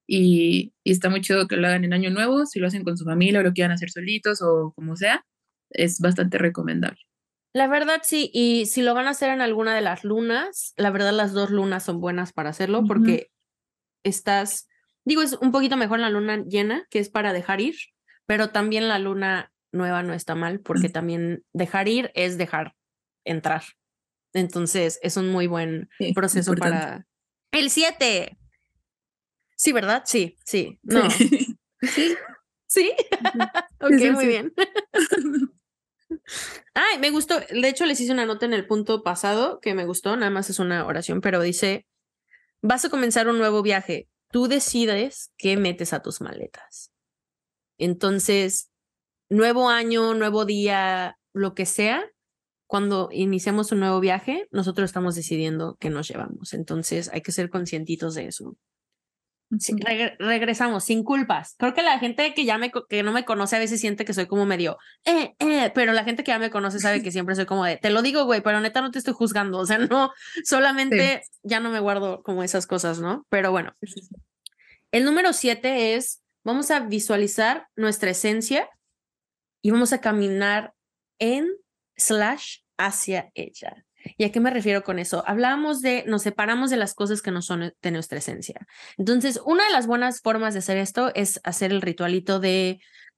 y está muy chido que lo hagan en Año Nuevo, si lo hacen con su familia o lo quieran hacer solitos o como sea, es bastante recomendable. La verdad sí, y si lo van a hacer en alguna de las lunas, la verdad las dos lunas son buenas para hacerlo Ujú. porque estás, digo, es un poquito mejor la luna llena, que es para dejar ir, pero también la luna nueva no está mal porque también dejar ir es dejar entrar. Entonces es un muy buen Sí, proceso importante. para... El 7. Sí, ¿verdad? Sí, sí, no. Sí, sí, ¿Sí? Ok, es el muy 7. bien. Ay, me gustó. De hecho, les hice una nota en el punto pasado que me gustó, nada más es una oración, pero dice, vas a comenzar un nuevo viaje. Tú decides qué metes a tus maletas. Entonces, nuevo año, nuevo día, lo que sea, cuando iniciamos un nuevo viaje, nosotros estamos decidiendo qué nos llevamos. Entonces, hay que ser conscientitos de eso. Sí, regresamos sin culpas. Creo que la gente que que no me conoce a veces siente que soy como medio, pero la gente que ya me conoce sabe que siempre soy como de, te lo digo, güey, pero neta no te estoy juzgando. O sea, no, Sí, solamente ya no me guardo como esas cosas, ¿no? Pero bueno, sí, sí. el número 7 es, vamos a visualizar nuestra esencia y vamos a caminar en slash hacia ella. ¿Y a qué me refiero con eso? Hablábamos de, nos separamos de las cosas que no son de nuestra esencia. Entonces, una de las buenas formas de hacer esto es hacer el ritualito de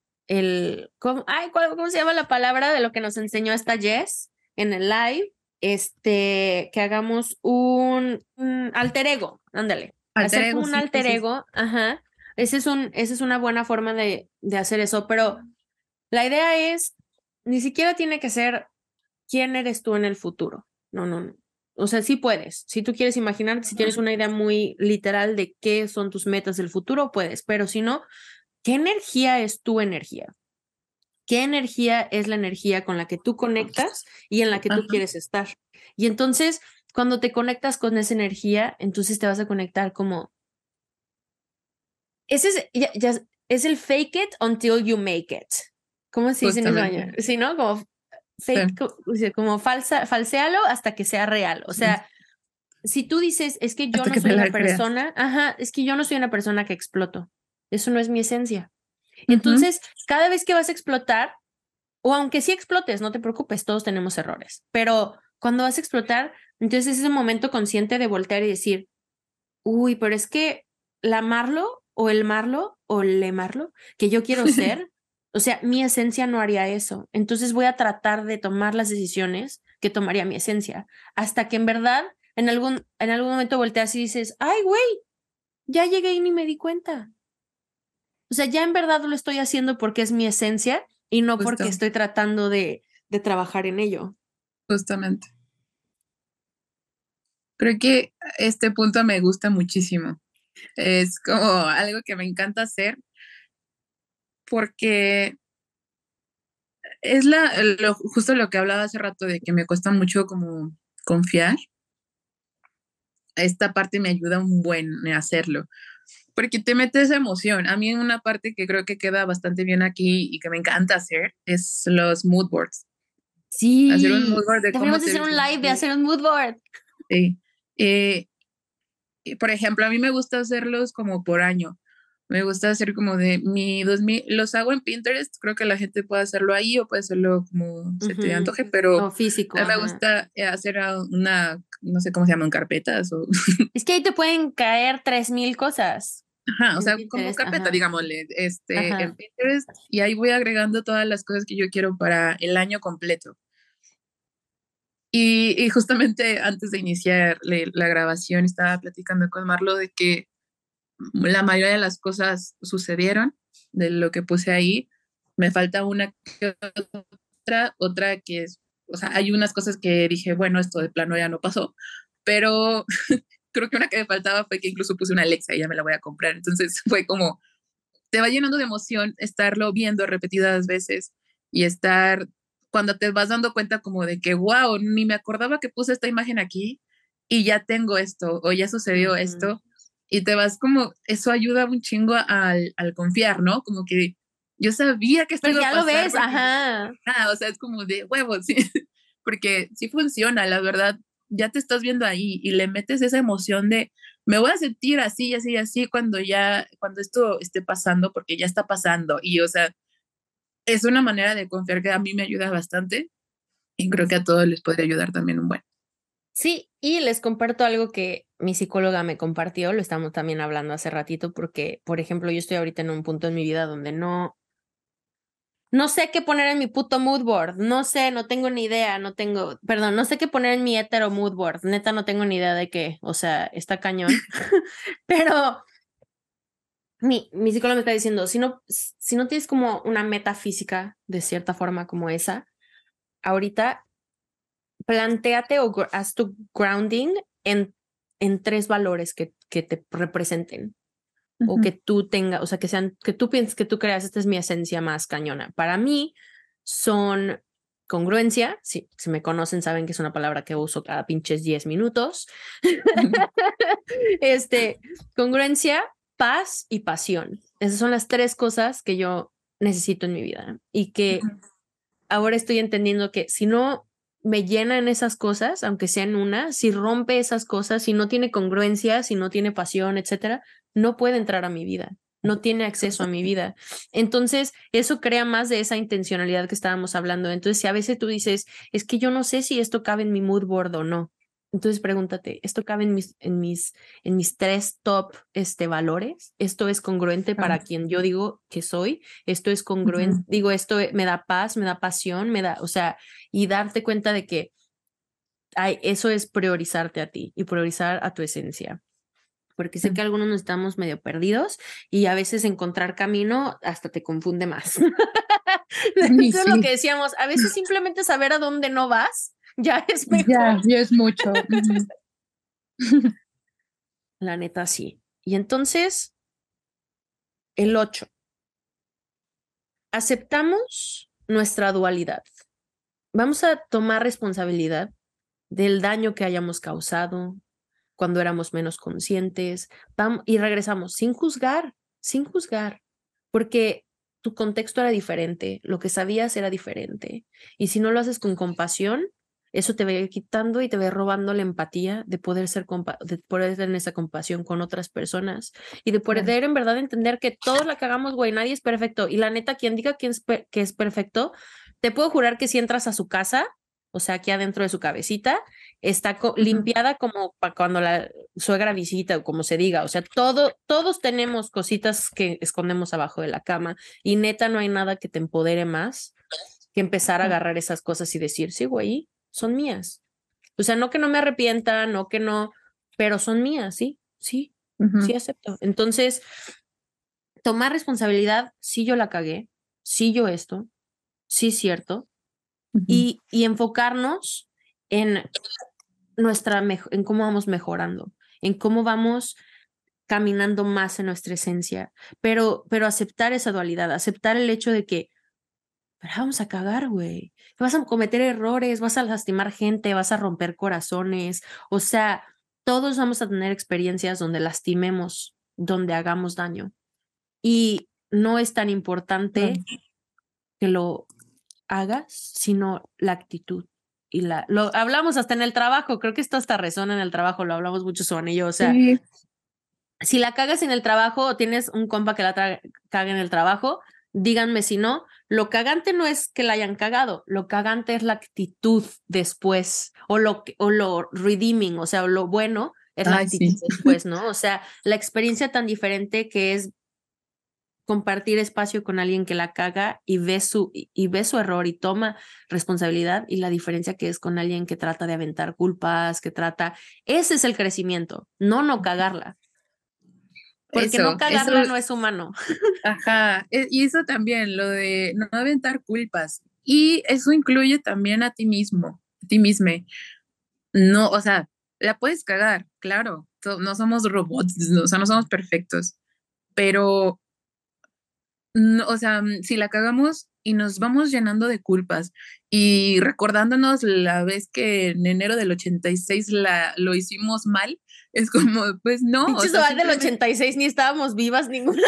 ¿cómo se llama la palabra de lo que nos enseñó esta Jess en el live? Que hagamos un alter ego, ándale, Alter hacer ego, como un sí, sí, alter sí. ego, ajá. Esa es una buena forma de hacer eso, pero la idea es, ni siquiera tiene que ser quién eres tú en el futuro. No, no, no. O sea, sí puedes. Si tú quieres imaginar, si tienes una idea muy literal de qué son tus metas del futuro, puedes. Pero si no, ¿qué energía es tu energía? ¿Qué energía es la energía con la que tú conectas y en la que tú Ajá, quieres estar? Y entonces, cuando te conectas con esa energía, entonces te vas a conectar como... Ese es, es el fake it until you make it. ¿Cómo se dice en justamente. español? Sí, ¿no? Como Sí, fake, como falséalo hasta que sea real. O sí. sea, si tú dices, es que yo Hasta no que te soy una la creas. persona, ajá, es que yo no soy una persona que exploto. Eso no es mi esencia. Ujú. Entonces, cada vez que vas a explotar, o aunque sí explotes, no te preocupes, todos tenemos errores. Pero cuando vas a explotar, entonces es ese momento consciente de voltear y decir, uy, pero es que la Marlo o el Marlo o le Marlo que yo quiero ser, o sea, mi esencia no haría eso. Entonces voy a tratar de tomar las decisiones que tomaría mi esencia, hasta que en verdad en algún momento volteas y dices, ay, güey, ya llegué y ni me di cuenta. O sea, ya en verdad lo estoy haciendo porque es mi esencia y no porque Justo, estoy tratando de trabajar en ello. justamente. Creo que este punto me gusta muchísimo. Es como algo que me encanta hacer porque es justo lo que hablaba hace rato de que me cuesta mucho como confiar. Esta parte me ayuda un buen en hacerlo, porque te metes emoción. A mí una parte que creo que queda bastante bien aquí y que me encanta hacer es los mood boards. Hacer un mood Sí, board de deberíamos cómo de te hacer un live de visualizas. hacer un mood board. Sí. Eh, y, por ejemplo, a mí me gusta hacerlos como por año. Me gusta hacer como de mi 2000, los hago en Pinterest, creo que la gente puede hacerlo ahí o puede hacerlo como se te Ujú. antoje, pero O físico, a mí me ajá. gusta hacer una, no sé cómo se llaman, carpetas o, Es que ahí te pueden caer 3000 cosas ajá, o en sea, como Pinterest, carpeta, ajá, digámosle, en ajá. Pinterest y ahí voy agregando todas las cosas que yo quiero para el año completo. Y justamente antes de iniciar la grabación estaba platicando con Marlo de que la mayoría de las cosas sucedieron de lo que puse ahí. Me falta una que otra que es, o sea, hay unas cosas que dije, bueno, esto de plano ya no pasó, pero creo que una que me faltaba fue que incluso puse una Alexa y ya me la voy a comprar. Entonces fue como, te va llenando de emoción estarlo viendo repetidas veces y estar, cuando te vas dando cuenta como de que, wow, ni me acordaba que puse esta imagen aquí y ya tengo esto o ya sucedió Ujú. esto y te vas como, eso ayuda un chingo al confiar, ¿no? Como que yo sabía que esto Porque iba a ya lo pasar ves, porque, ajá. o sea, es como de huevos, ¿sí? Porque sí funciona, la verdad. ya te estás viendo ahí y le metes esa emoción de me voy a sentir así, así, así cuando esto esté pasando, porque ya está pasando. Y o sea, es una manera de confiar que a mí me ayuda bastante y creo que a todos les puede ayudar también un buen. Sí, y les comparto algo que mi psicóloga me compartió, lo estamos también hablando hace ratito, porque, por ejemplo, yo estoy ahorita en un punto en mi vida donde no sé qué poner en mi puto mood board, no sé, no tengo ni idea, no sé qué poner en mi hetero mood board, neta no tengo ni idea de qué, o sea, está cañón, pero mi psicóloga me está diciendo, si no tienes como una meta física de cierta forma como esa, ahorita plantéate o haz tu grounding en tres valores que te representen o que tú tengas, o sea, que tú pienses, que tú creas, esta es mi esencia más cañona. Para mí son congruencia, si me conocen saben que es una palabra que uso cada pinches 10 minutos. Congruencia, paz y pasión. Esas son las tres cosas que yo necesito en mi vida y que ahora estoy entendiendo que si no me llenan esas cosas, aunque sean una, si rompe esas cosas, si no tiene congruencia, si no tiene pasión, etcétera, no puede entrar a mi vida, no tiene acceso a mi vida. Entonces, eso crea más de esa intencionalidad que estábamos hablando. Entonces, si a veces tú dices, es que yo no sé si esto cabe en mi mood board o no. Entonces pregúntate, ¿esto cabe en mis tres top valores? ¿Esto es congruente para quien yo digo que soy? Esto es congruente, digo, esto me da paz, me da pasión, o sea, y darte cuenta de que eso es priorizarte a ti y priorizar a tu esencia. Porque sé que algunos nos estamos medio perdidos y a veces encontrar camino hasta te confunde más. Eso es lo que decíamos, a veces simplemente saber a dónde no vas ya es mejor. Ya es mucho. La neta, sí. Y entonces, el 8. Aceptamos nuestra dualidad. Vamos a tomar responsabilidad del daño que hayamos causado cuando éramos menos conscientes. Y regresamos sin juzgar, porque tu contexto era diferente, lo que sabías era diferente. Y si no lo haces con compasión, eso te va a ir quitando y te va a ir robando la empatía de de poder tener esa compasión con otras personas y de poder en verdad entender que todos la cagamos, güey, nadie es perfecto. Y la neta, quien diga que es perfecto, te puedo jurar que si entras a su casa, o sea, aquí adentro de su cabecita, está limpiada como para cuando la suegra visita o como se diga. O sea, todos tenemos cositas que escondemos abajo de la cama y neta no hay nada que te empodere más que empezar a agarrar esas cosas y decir, sí, güey, son mías. O sea, no que no me arrepienta, no que no, pero son mías, sí, sí, sí acepto. Entonces, tomar responsabilidad, sí yo la cagué, sí yo esto, sí cierto, y enfocarnos en en cómo vamos mejorando, en cómo vamos caminando más en nuestra esencia, pero aceptar esa dualidad, aceptar el hecho de que pero vamos a cagar, güey. Vas a cometer errores, vas a lastimar gente, vas a romper corazones. O sea, todos vamos a tener experiencias donde lastimemos, donde hagamos daño. Y no es tan importante que lo hagas, sino la actitud. Lo hablamos hasta en el trabajo, creo que esto hasta resona en el trabajo, lo hablamos mucho Son y yo, o sea, si la cagas en el trabajo o tienes un compa que la caga en el trabajo, díganme si no, lo cagante no es que la hayan cagado, lo cagante es la actitud después o lo redeeming, o sea, lo bueno es la actitud después, ¿no? O sea, la experiencia tan diferente que es compartir espacio con alguien que la caga y ve su error y toma responsabilidad y la diferencia que es con alguien que trata de aventar culpas, ese es el crecimiento, no cagarla. Porque no cagarla no es humano. Ajá, y eso también, lo de no aventar culpas. Y eso incluye también a ti mismo, a ti misma. No, o sea, la puedes cagar, claro. No somos robots, o sea, no somos perfectos. Pero no, o sea, si la cagamos y nos vamos llenando de culpas y recordándonos la vez que en enero del 86 lo hicimos mal, es como, pues no. Pinches o sea, del 86 ni estábamos vivas ninguna.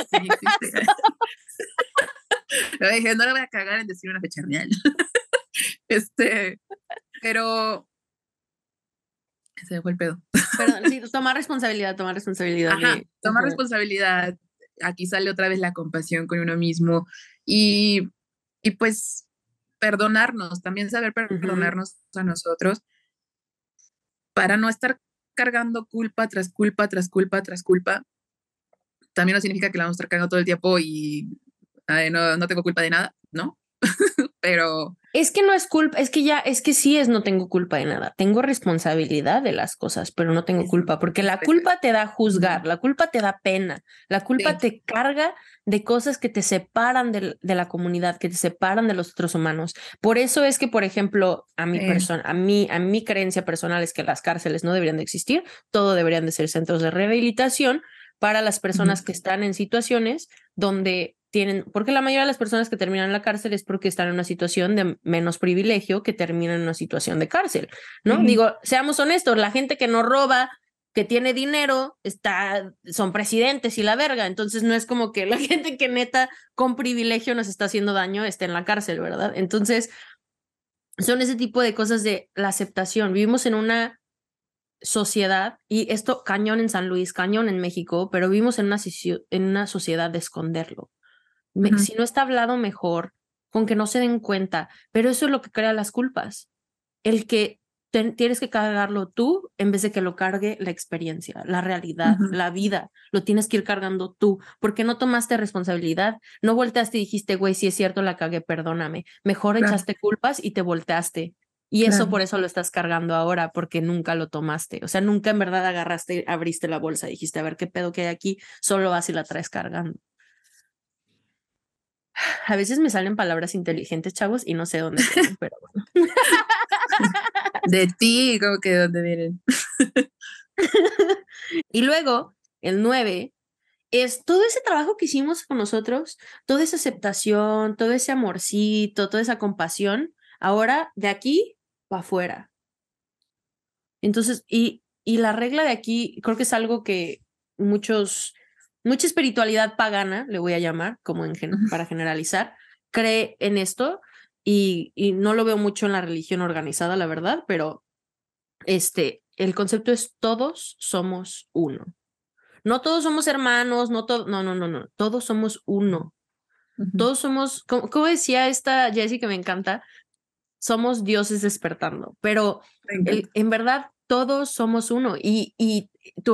Pero dije, no le voy a cagar en decir una fecha real. Pero Se me fue el pedo. Perdón, sí, tomar responsabilidad Ajá, de... tomar Ajá. responsabilidad. Aquí sale otra vez la compasión con uno mismo y, y pues perdonarnos, también saber Ujú. perdonarnos a nosotros para no estar cargando culpa tras culpa, tras culpa, tras culpa. También no significa que la vamos a estar cargando todo el tiempo y ay, no, no tengo culpa de nada, ¿no? Pero Es que no es culpa, es que sí es no tengo culpa de nada. Tengo responsabilidad de las cosas, pero no tengo eso, culpa, porque la eso. culpa te da juzgar, la culpa te da pena, la culpa Sí. te carga de cosas que te separan de la comunidad, que te separan de los otros humanos. Por eso es que, por ejemplo, a mi creencia personal es que las cárceles no deberían de existir, todo deberían de ser centros de rehabilitación para las personas que están en situaciones donde tienen, porque la mayoría de las personas que terminan en la cárcel es porque están en una situación de menos privilegio que terminan en una situación de cárcel, ¿no? Sí, Digo, seamos honestos, la gente que no roba, que tiene dinero, son presidentes y la verga, entonces no es como que la gente que neta con privilegio nos está haciendo daño esté en la cárcel, ¿verdad? Entonces, son ese tipo de cosas de la aceptación. Vivimos en una sociedad, y esto cañón en San Luis, cañón en México, pero vivimos en una sociedad de esconderlo. ujú, Si no está hablado mejor, con que no se den cuenta, pero eso es lo que crea las culpas, el que tienes que cargarlo tú en vez de que lo cargue la experiencia, la realidad, ujú, la vida, lo tienes que ir cargando tú, porque no tomaste responsabilidad, no volteaste y dijiste, güey, si es cierto, la cagué, perdóname, mejor claro, echaste culpas y te volteaste. Y eso claro. por eso lo estás cargando ahora, porque nunca lo tomaste. O sea, nunca en verdad agarraste, abriste la bolsa y dijiste, a ver qué pedo que hay aquí, solo vas y la traes cargando. A veces me salen palabras inteligentes, chavos, y no sé dónde vienen, pero bueno. De ti, como que de dónde vienen. Y luego, el 9 es todo ese trabajo que hicimos con nosotros, toda esa aceptación, todo ese amorcito, toda esa compasión, ahora de aquí para afuera. Entonces, y la regla de aquí creo que es algo que mucha espiritualidad pagana, le voy a llamar, como para generalizar, cree en esto y no lo veo mucho en la religión organizada, la verdad, pero el concepto es todos somos uno. No todos somos hermanos, no, todos somos uno. Ujú, Todos somos, como decía esta Jessie que me encanta, somos dioses despertando, pero me encanta. en verdad todos somos uno y tu,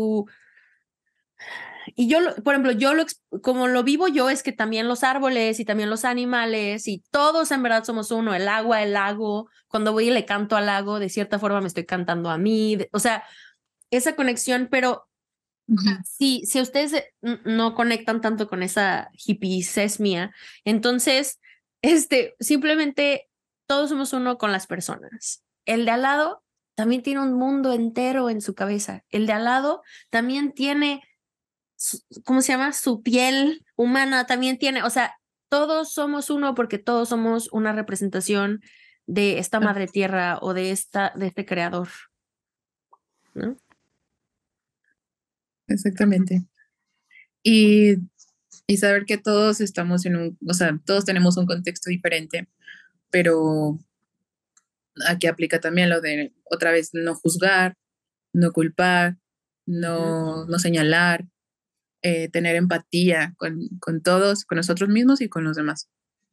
y yo, por ejemplo, como lo vivo yo es que también los árboles y también los animales y todos en verdad somos uno, el agua, el lago, cuando voy y le canto al lago, de cierta forma me estoy cantando a mí, o sea, esa conexión, pero Ujú, si ustedes no conectan tanto con esa hippies mía, entonces, simplemente todos somos uno con las personas. El de al lado también tiene un mundo entero en su cabeza. El de al lado también tiene, ¿cómo se llama? Su piel humana también tiene, o sea, todos somos uno porque todos somos una representación de esta madre tierra o de este creador, ¿no? exactamente. Y, y saber que todos estamos en un, o sea, todos tenemos un contexto diferente, pero aquí aplica también lo de, otra vez, no juzgar, no culpar, Ujú. no señalar, tener empatía con todos, con nosotros mismos y con los demás.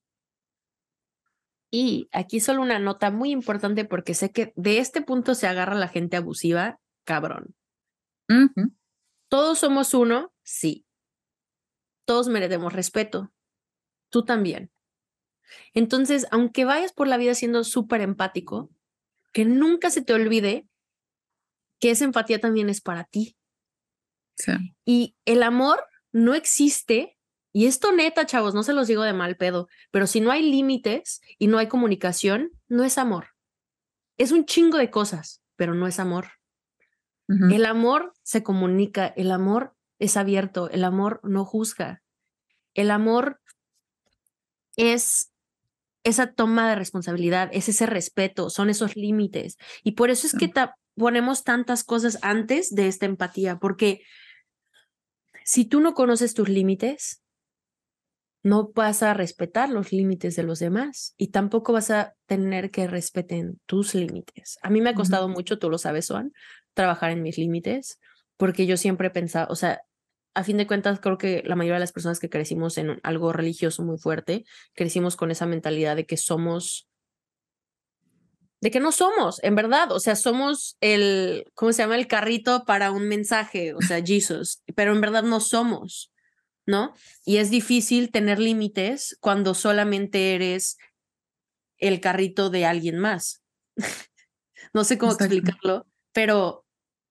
Y aquí solo una nota muy importante porque sé que de este punto se agarra la gente abusiva, cabrón. Ujú, Todos somos uno, sí. Todos merecemos respeto. Tú también. Entonces, aunque vayas por la vida siendo súper empático, que nunca se te olvide que esa empatía también es para ti. sí, Y el amor no existe. Y esto neta, chavos, no se los digo de mal pedo, pero si no hay límites y no hay comunicación, no es amor. Es un chingo de cosas, pero no es amor. ujú, El amor se comunica, el amor es abierto, el amor no juzga, el amor es esa toma de responsabilidad, es ese respeto, son esos límites. Y por eso es sí, que ponemos tantas cosas antes de esta empatía, porque si tú no conoces tus límites, no vas a respetar los límites de los demás y tampoco vas a tener que respeten tus límites. A mí me ha costado mucho, tú lo sabes, Juan, trabajar en mis límites, porque yo siempre he pensado, o sea, a fin de cuentas, creo que la mayoría de las personas que crecimos en algo religioso muy fuerte, crecimos con esa mentalidad de que somos, de que no somos, en verdad, o sea, somos el, ¿cómo se llama? El carrito para un mensaje, o sea, Jesus, pero en verdad no somos, ¿no? Y es difícil tener límites cuando solamente eres el carrito de alguien más. No sé cómo Exacto. explicarlo, pero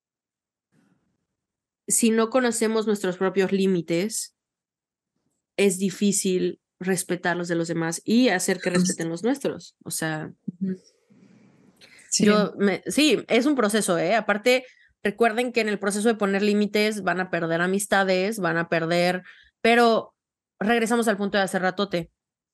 si no conocemos nuestros propios límites, es difícil respetar los de los demás y hacer que respeten los nuestros. O sea, Sí. sí, es un proceso, ¿eh? Aparte, recuerden que en el proceso de poner límites van a perder amistades, van a perder, pero regresamos al punto de hace ratote.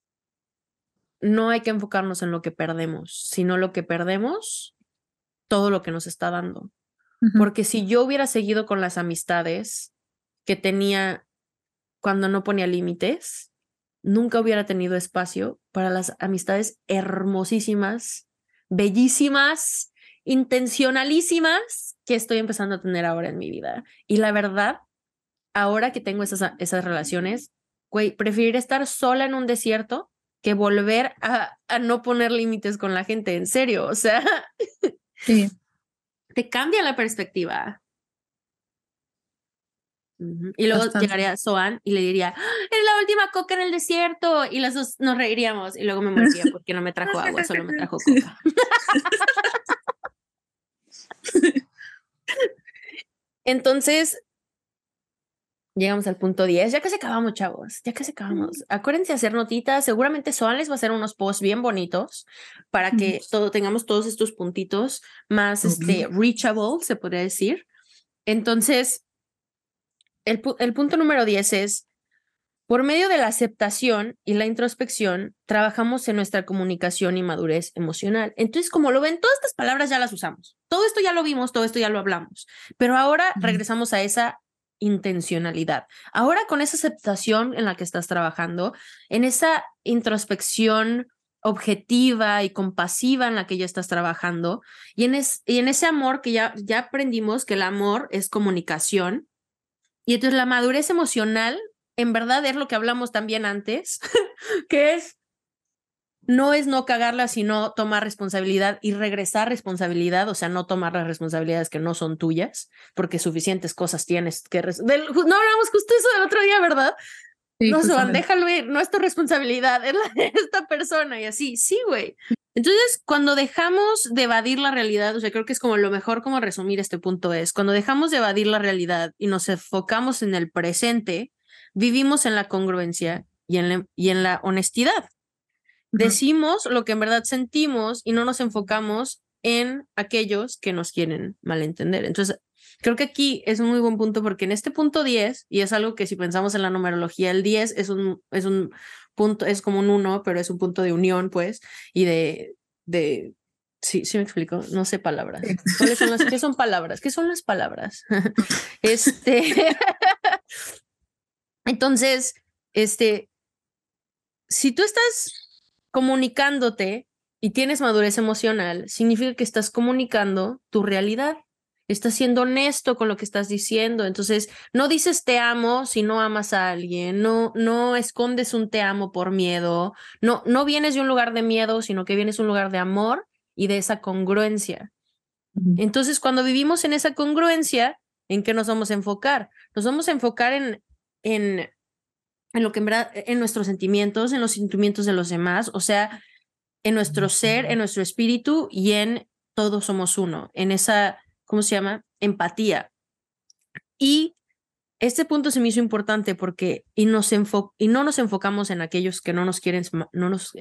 No hay que enfocarnos en lo que perdemos, sino lo que perdemos, todo lo que nos está dando. Porque si yo hubiera seguido con las amistades que tenía cuando no ponía límites, nunca hubiera tenido espacio para las amistades hermosísimas, bellísimas, intencionalísimas que estoy empezando a tener ahora en mi vida. Y la verdad, ahora que tengo esas relaciones, güey, preferiría estar sola en un desierto que volver a no poner límites con la gente, en serio, o sea, Sí. te cambia la perspectiva. Y luego Bastante. llegaría Soan y le diría, ¡ah! Es la última coca en el desierto. Y las dos nos reiríamos. Y luego me moriría porque no me trajo agua, solo me trajo coca. Entonces, llegamos al punto 10. Ya casi acabamos, chavos. Ya casi acabamos. Acuérdense de hacer notitas. Seguramente Soan les va a hacer unos posts bien bonitos para que tengamos todos estos puntitos más reachable, se podría decir. Entonces, el punto número 10 es: por medio de la aceptación y la introspección, trabajamos en nuestra comunicación y madurez emocional. Entonces, como lo ven, todas estas palabras ya las usamos. Todo esto ya lo vimos, todo esto ya lo hablamos. Pero ahora regresamos a esa intencionalidad. Ahora con esa aceptación en la que estás trabajando, en esa introspección objetiva y compasiva en la que ya estás trabajando, y en ese amor que ya aprendimos que el amor es comunicación. Y entonces la madurez emocional, en verdad, es lo que hablamos también antes, que no es no cagarla, sino tomar responsabilidad y regresar responsabilidad, o sea, no tomar las responsabilidades que no son tuyas, porque suficientes cosas tienes que... No hablamos justo eso del otro día, ¿verdad? Sí, No, Juan, déjalo ir, no es tu responsabilidad, es la de esta persona y así, sí, güey. Entonces, cuando dejamos de evadir la realidad, o sea, creo que es como lo mejor como resumir este punto es, cuando dejamos de evadir la realidad y nos enfocamos en el presente, vivimos en la congruencia y en la honestidad. Decimos lo que en verdad sentimos y no nos enfocamos en aquellos que nos quieren malentender. Entonces, creo que aquí es un muy buen punto porque en este punto 10, y es algo que si pensamos en la numerología, el 10 es un punto, es como un 1, pero es un punto de unión, pues, y sí, sí me explico, no sé palabras. ¿Cuáles son qué son palabras? ¿Qué son las palabras? Entonces, si tú estás comunicándote y tienes madurez emocional, significa que estás comunicando tu realidad. Estás siendo honesto con lo que estás diciendo. Entonces, no dices te amo si no amas a alguien. No escondes un te amo por miedo. No vienes de un lugar de miedo, sino que vienes de un lugar de amor y de esa congruencia. Entonces, cuando vivimos en esa congruencia, ¿en qué nos vamos a enfocar? Nos vamos a enfocar en lo que en verdad, en nuestros sentimientos, en los sentimientos de los demás, o sea, en nuestro ser, en nuestro espíritu y en todos somos uno, en esa, ¿cómo se llama? Empatía. Y este punto se me hizo importante porque y no nos enfocamos en aquellos que no nos quieren, no nos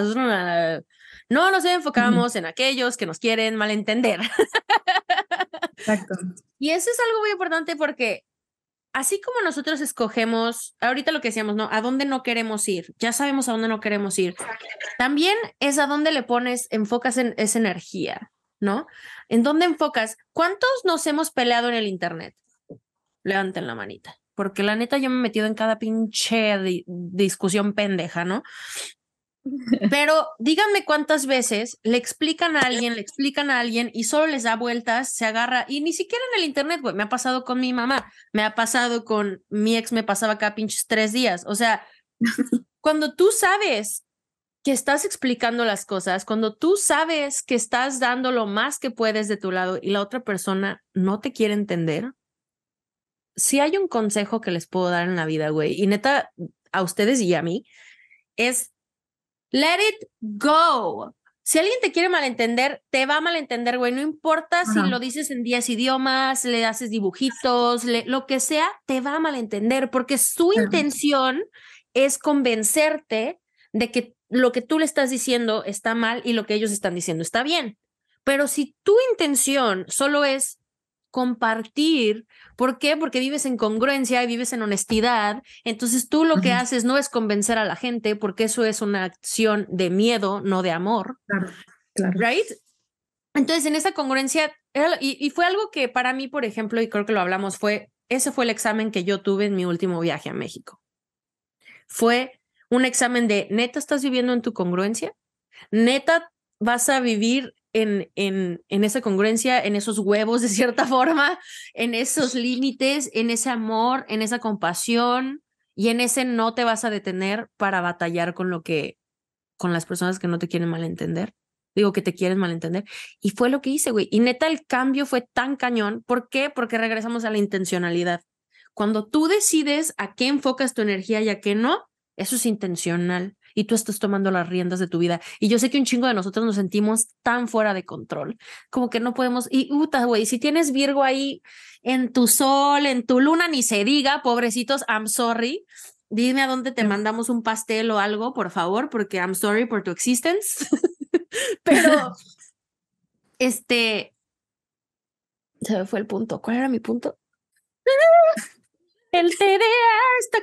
enfocamos en aquellos que nos quieren malentender. Exacto. Y eso es algo muy importante porque así como nosotros escogemos, ahorita lo que decíamos, ¿no? ¿A dónde no queremos ir? Ya sabemos a dónde no queremos ir. También es a dónde le enfocas en esa energía, ¿no? ¿En dónde enfocas? ¿Cuántos nos hemos peleado en el internet? Levanten la manita. porque la neta yo me he metido en cada pinche discusión pendeja, ¿no? Pero díganme cuántas veces le explican a alguien y solo les da vueltas, se agarra, y ni siquiera en el internet, güey, me ha pasado con mi mamá, me ha pasado con mi ex, me pasaba cada pinches 3 días. O sea, cuando tú sabes que estás explicando las cosas, cuando tú sabes que estás dando lo más que puedes de tu lado y la otra persona no te quiere entender, si hay un consejo que les puedo dar en la vida, güey, y neta, a ustedes y a mí, es let it go. Si alguien te quiere malentender, te va a malentender, güey. No importa si lo dices en 10 idiomas, le haces dibujitos, lo que sea, te va a malentender porque su intención es convencerte de que lo que tú le estás diciendo está mal y lo que ellos están diciendo está bien. Pero si tu intención solo es compartir, ¿por qué? Porque vives en congruencia y vives en honestidad. Entonces tú lo que haces no es convencer a la gente porque eso es una acción de miedo, no de amor. Claro. Right? Entonces en esa congruencia, y fue algo que para mí, por ejemplo, y creo que lo hablamos, ese fue el examen que yo tuve en mi último viaje a México. Fue un examen de, ¿neta estás viviendo en tu congruencia? ¿Neta vas a vivir en esa congruencia, en esos huevos de cierta forma, en esos límites, en ese amor, en esa compasión y en ese no te vas a detener para batallar con las personas que no te quieren malentender? Digo, que te quieren malentender. Y fue lo que hice, güey. Y neta, el cambio fue tan cañón. ¿Por qué? Porque regresamos a la intencionalidad. Cuando tú decides a qué enfocas tu energía y a qué no, eso es intencional y tú estás tomando las riendas de tu vida. Y yo sé que un chingo de nosotros nos sentimos tan fuera de control, como que no podemos. Y güey, si tienes Virgo ahí en tu sol, en tu luna, ni se diga, pobrecitos, I'm sorry. Dime a dónde te mandamos un pastel o algo, por favor, porque I'm sorry por tu existence. Pero, se me fue el punto. ¿Cuál era mi punto? El TDA está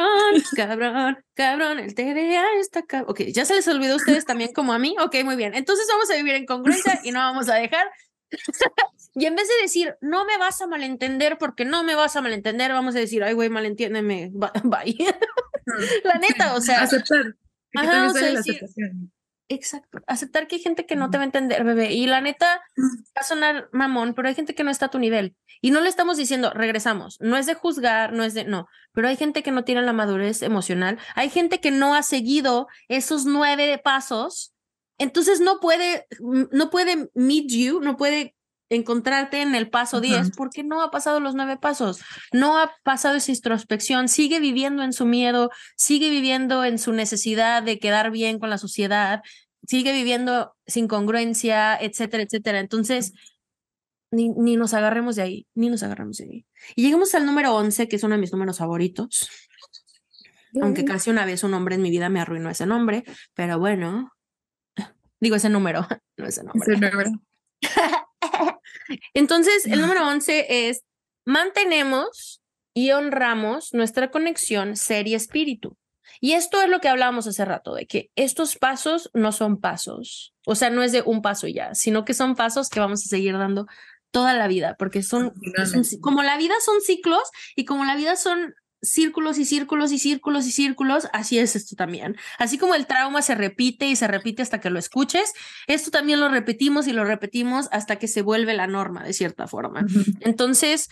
cabrón, el TDA está cabrón. Ok, ¿ya se les olvidó a ustedes también como a mí? Ok, muy bien. Entonces vamos a vivir en congruencia y no vamos a dejar. Y en vez de decir, no me vas a malentender porque no me vas a malentender, vamos a decir, ay, güey, malentiéndeme, bye. La neta, o sea. Aceptar. Ajá, o sea, decir, exacto, aceptar que hay gente que no te va a entender, bebé. Y la neta, va a sonar mamón, pero hay gente que no está a tu nivel. Y no le estamos diciendo, regresamos. No es de juzgar, no. Pero hay gente que no tiene la madurez emocional. Hay gente que no ha seguido esos 9 pasos. Entonces no puede meet you, no puede encontrarte en el paso 10 porque no ha pasado los 9 pasos. No ha pasado esa introspección. Sigue viviendo en su miedo, sigue viviendo en su necesidad de quedar bien con la sociedad, sigue viviendo sin congruencia, etcétera, etcétera. Entonces, ni nos agarremos de ahí, ni nos agarremos de ahí. Y llegamos al número 11, que es uno de mis números favoritos. Aunque casi una vez un hombre en mi vida me arruinó ese nombre, pero bueno, digo ese número, no ese nombre. Ese número. Entonces, el número 11 es mantenemos y honramos nuestra conexión ser y espíritu. Y esto es lo que hablábamos hace rato, de que estos pasos no son pasos, o sea, no es de un paso y ya, sino que son pasos que vamos a seguir dando toda la vida, porque como la vida son ciclos y como la vida son círculos y círculos y círculos y círculos, así es esto también. Así como el trauma se repite y se repite hasta que lo escuches, esto también lo repetimos y lo repetimos hasta que se vuelve la norma, de cierta forma. Entonces,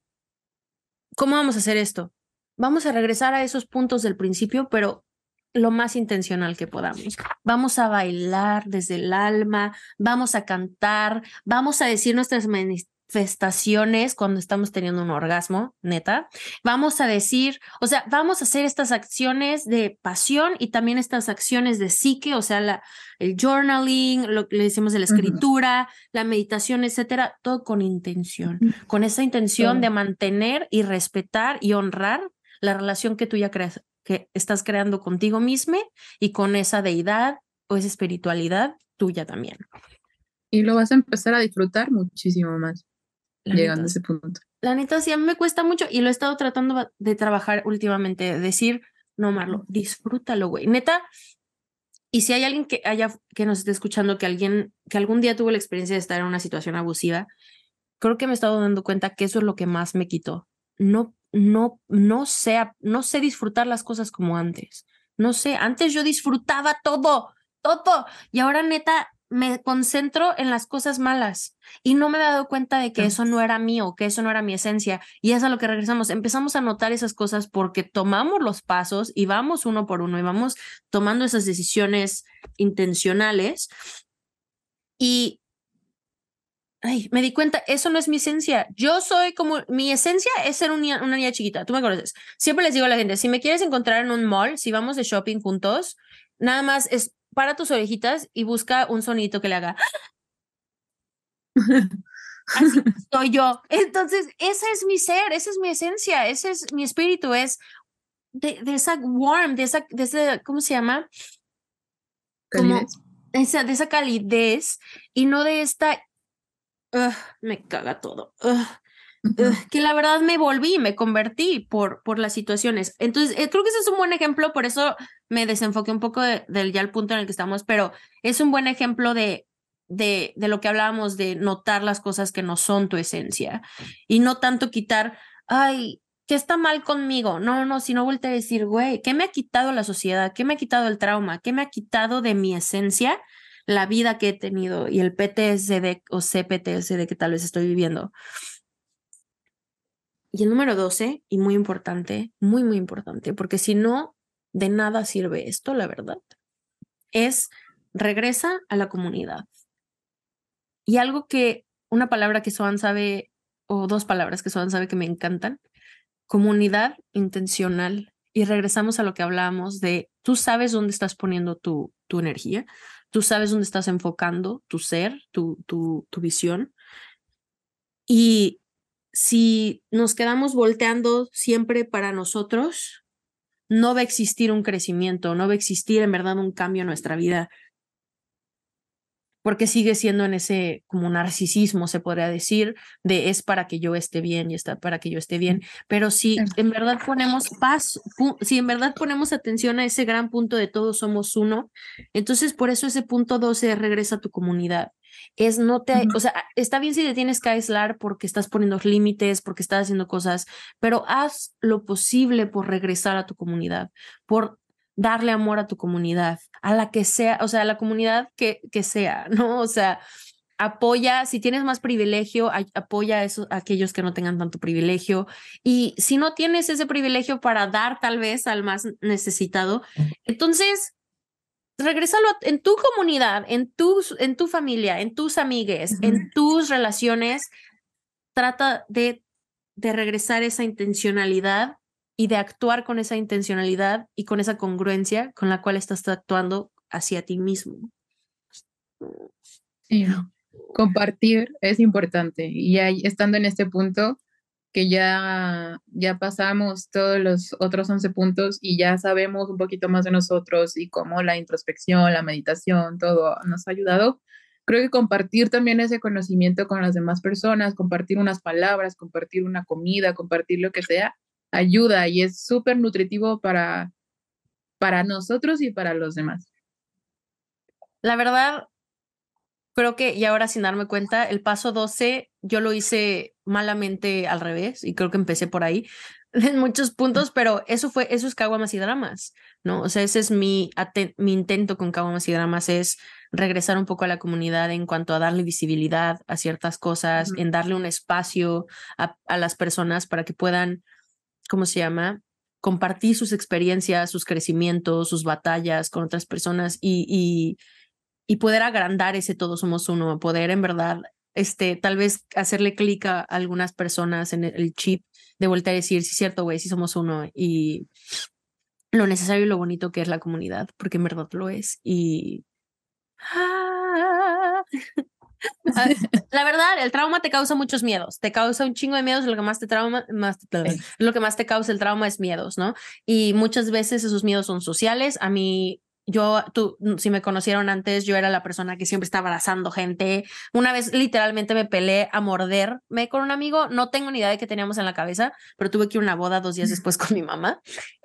¿cómo vamos a hacer esto? Vamos a regresar a esos puntos del principio, pero lo más intencional que podamos. Vamos a bailar desde el alma, vamos a cantar, vamos a decir nuestras manifestaciones cuando estamos teniendo un orgasmo, neta. Vamos a decir, o sea, vamos a hacer estas acciones de pasión y también estas acciones de psique, o sea, el journaling, lo que le decimos de la escritura, la meditación, etcétera, todo con intención, con esa intención de mantener y respetar y honrar la relación que tú ya creas, que estás creando contigo misma y con esa deidad o esa espiritualidad tuya también. Y lo vas a empezar a disfrutar muchísimo más llegando a ese punto. La neta, sí, a mí me cuesta mucho y lo he estado tratando de trabajar últimamente, decir, no, Marlo, disfrútalo, güey. Neta, y si hay alguien que nos esté escuchando, que algún día tuvo la experiencia de estar en una situación abusiva, creo que me he estado dando cuenta que eso es lo que más me quitó. No no sé disfrutar las cosas como antes. No sé, antes yo disfrutaba todo, todo, y ahora neta me concentro en las cosas malas y no me he dado cuenta de que eso no era mío, que eso no era mi esencia. Y es a lo que regresamos. Empezamos a notar esas cosas porque tomamos los pasos y vamos uno por uno y vamos tomando esas decisiones intencionales. Y ay, me di cuenta, eso no es mi esencia. Yo soy como, mi esencia es ser una niña chiquita, tú me conoces. Siempre les digo a la gente, si me quieres encontrar en un mall, si vamos de shopping juntos, nada más es para tus orejitas y busca un sonito que le haga. Así soy yo. Entonces, ese es mi ser, esa es mi esencia, ese es mi espíritu, es de esa warm, de esa, ¿cómo se llama? Como Calidez. de esa calidez y no de esta, me caga todo. Que la verdad me convertí por las situaciones. Entonces, creo que ese es un buen ejemplo, por eso me desenfoqué un poco del ya el punto en el que estamos, pero es un buen ejemplo de lo que hablábamos, de notar las cosas que no son tu esencia y no tanto quitar, ay, ¿qué está mal conmigo? No, no, sino voltear a decir, güey, ¿qué me ha quitado la sociedad? ¿Qué me ha quitado el trauma? ¿Qué me ha quitado de mi esencia? La vida que he tenido y el PTSD o CPTSD que tal vez estoy viviendo. Y el número 12 y muy importante, muy, muy importante, porque si no, de nada sirve esto, la verdad, es regresa a la comunidad. Y algo que, una palabra que Soan sabe, o dos palabras que Soan sabe que me encantan, comunidad intencional. Y regresamos a lo que hablábamos de, tú sabes dónde estás poniendo tu energía, tú sabes dónde estás enfocando tu ser, tu visión. Y si nos quedamos volteando siempre para nosotros, no va a existir un crecimiento, no va a existir en verdad un cambio en nuestra vida, porque sigue siendo en ese como narcisismo, se podría decir, de es para que yo esté bien y está para que yo esté bien. Pero si en verdad ponemos paz, si en verdad ponemos atención a ese gran punto de todos somos uno, entonces por eso ese punto 12 regresa a tu comunidad. Es no te, o sea, está bien si te tienes que aislar porque estás poniendo límites, porque estás haciendo cosas, pero haz lo posible por regresar a tu comunidad, por darle amor a tu comunidad, a la que sea, o sea, a la comunidad que sea, ¿no? O sea, apoya, si tienes más privilegio, apoya a, esos, a aquellos que no tengan tanto privilegio. Y si no tienes ese privilegio para dar tal vez al más necesitado, entonces regrésalo en tu comunidad, en tu familia, en tus amigues, en tus relaciones. Trata de regresar esa intencionalidad y de actuar con esa intencionalidad y con esa congruencia con la cual estás actuando hacia ti mismo. Sí, compartir es importante y ahí, estando en este punto que ya pasamos todos los otros 11 puntos y ya sabemos un poquito más de nosotros y cómo la introspección, la meditación, todo nos ha ayudado. Creo que compartir también ese conocimiento con las demás personas, compartir unas palabras, compartir una comida, compartir lo que sea, ayuda y es súper nutritivo para nosotros y para los demás. La verdad, creo que, y ahora sin darme cuenta, el paso 12 yo lo hice malamente al revés y creo que empecé por ahí en muchos puntos, pero eso es Caguamas y Dramas, ¿no? O sea, ese es mi intento con Caguamas y Dramas, es regresar un poco a la comunidad en cuanto a darle visibilidad a ciertas cosas, en darle un espacio a las personas para que puedan, ¿cómo se llama? Compartir sus experiencias, sus crecimientos, sus batallas con otras personas y poder agrandar ese todos somos uno, poder en verdad, tal vez hacerle clic a algunas personas en el chip de voltear a decir, sí, cierto, güey, sí somos uno y lo necesario y lo bonito que es la comunidad, porque en verdad lo es. Y la verdad, el trauma te causa muchos miedos, te causa un chingo de miedos, lo que más te trauma, lo que más te causa el trauma es miedos, ¿no? Y muchas veces esos miedos son sociales. A mí, si me conocieron antes, yo era la persona que siempre estaba abrazando gente. Una vez literalmente me peleé a morderme con un amigo, no tengo ni idea de qué teníamos en la cabeza, pero tuve que ir a una boda 2 días después con mi mamá.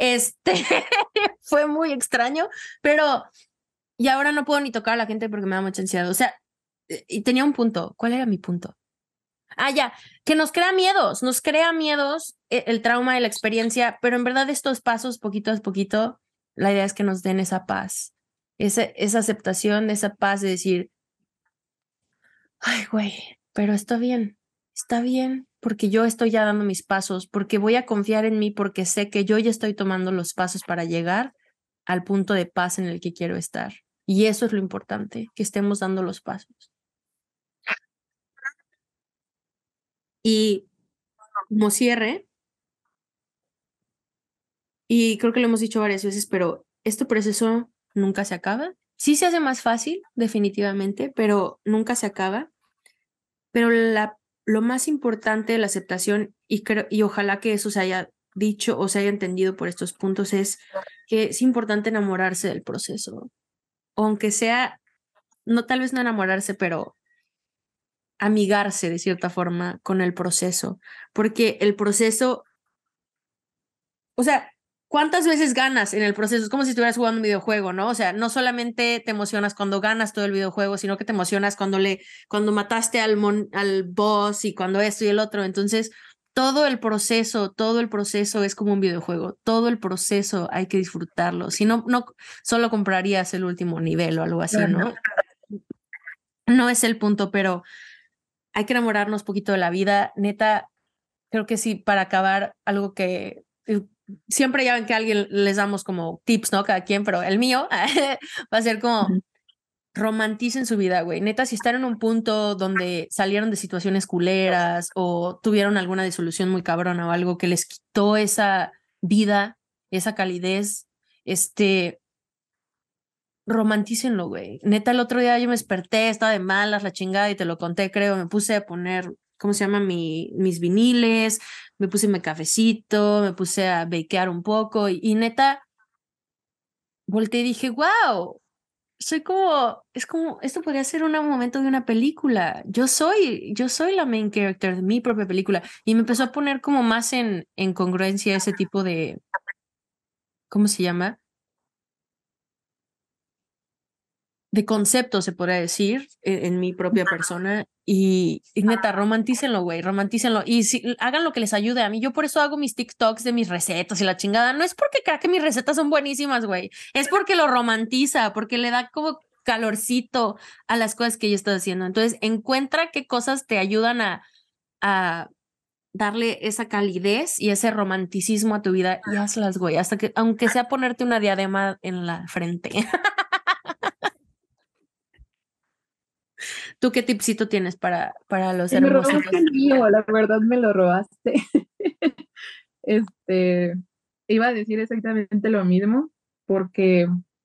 Fue muy extraño, pero y ahora no puedo ni tocar a la gente porque me da mucha ansiedad. O sea, y tenía un punto. ¿Cuál era mi punto? Ya, que nos crea miedos el trauma de la experiencia, pero en verdad estos pasos, poquito a poquito, la idea es que nos den esa paz, esa aceptación, esa paz de decir, ay, güey, pero está bien, porque yo estoy ya dando mis pasos, porque voy a confiar en mí, porque sé que yo ya estoy tomando los pasos para llegar al punto de paz en el que quiero estar. Y eso es lo importante, que estemos dando los pasos. Y como cierre, y creo que lo hemos dicho varias veces, pero este proceso nunca se acaba. Sí se hace más fácil, definitivamente, pero nunca se acaba. Pero lo más importante de la aceptación, y ojalá que eso se haya dicho o se haya entendido por estos puntos, es que es importante enamorarse del proceso. Aunque sea, no, tal vez no enamorarse, pero amigarse de cierta forma con el proceso. Porque el proceso, o sea, ¿cuántas veces ganas en el proceso? Es como si estuvieras jugando un videojuego, ¿no? O sea, no solamente te emocionas cuando ganas todo el videojuego, sino que te emocionas cuando mataste al boss y cuando esto y el otro. Entonces, todo el proceso es como un videojuego. Todo el proceso hay que disfrutarlo. Si no, no solo comprarías el último nivel o algo así, ¿no? No es el punto, pero hay que enamorarnos poquito de la vida. Neta, creo que sí, para acabar, algo que siempre ya ven que a alguien les damos como tips, ¿no? Cada quien, pero el mío va a ser como romanticen su vida, güey. Neta, si están en un punto donde salieron de situaciones culeras o tuvieron alguna disolución muy cabrona o algo que les quitó esa vida, esa calidez, romantícenlo, güey. Neta, el otro día yo me desperté, estaba de malas, la chingada, y te lo conté, creo. Me puse a poner, ¿cómo se llama? Mis viniles, me puse mi cafecito, me puse a bakear un poco, y neta, volteé y dije, wow, es como, esto podría ser un momento de una película. Yo soy la main character de mi propia película. Y me empezó a poner como más en congruencia ese tipo de, ¿cómo se llama? De concepto, se podría decir, en mi propia persona. Y neta, romantícenlo, güey, romantícenlo. Y hagan lo que les ayude. A mí, yo por eso hago mis TikToks de mis recetas y la chingada. No es porque crea que mis recetas son buenísimas, güey. Es porque lo romantiza, porque le da como calorcito a las cosas que yo estoy haciendo. Entonces, encuentra qué cosas te ayudan a darle esa calidez y ese romanticismo a tu vida y hazlas, güey, hasta que, aunque sea ponerte una diadema en la frente. ¿Tú qué tipsito tienes para los Me hermositos? robaste el mío, la verdad me lo robaste. Este, iba a decir exactamente lo mismo porque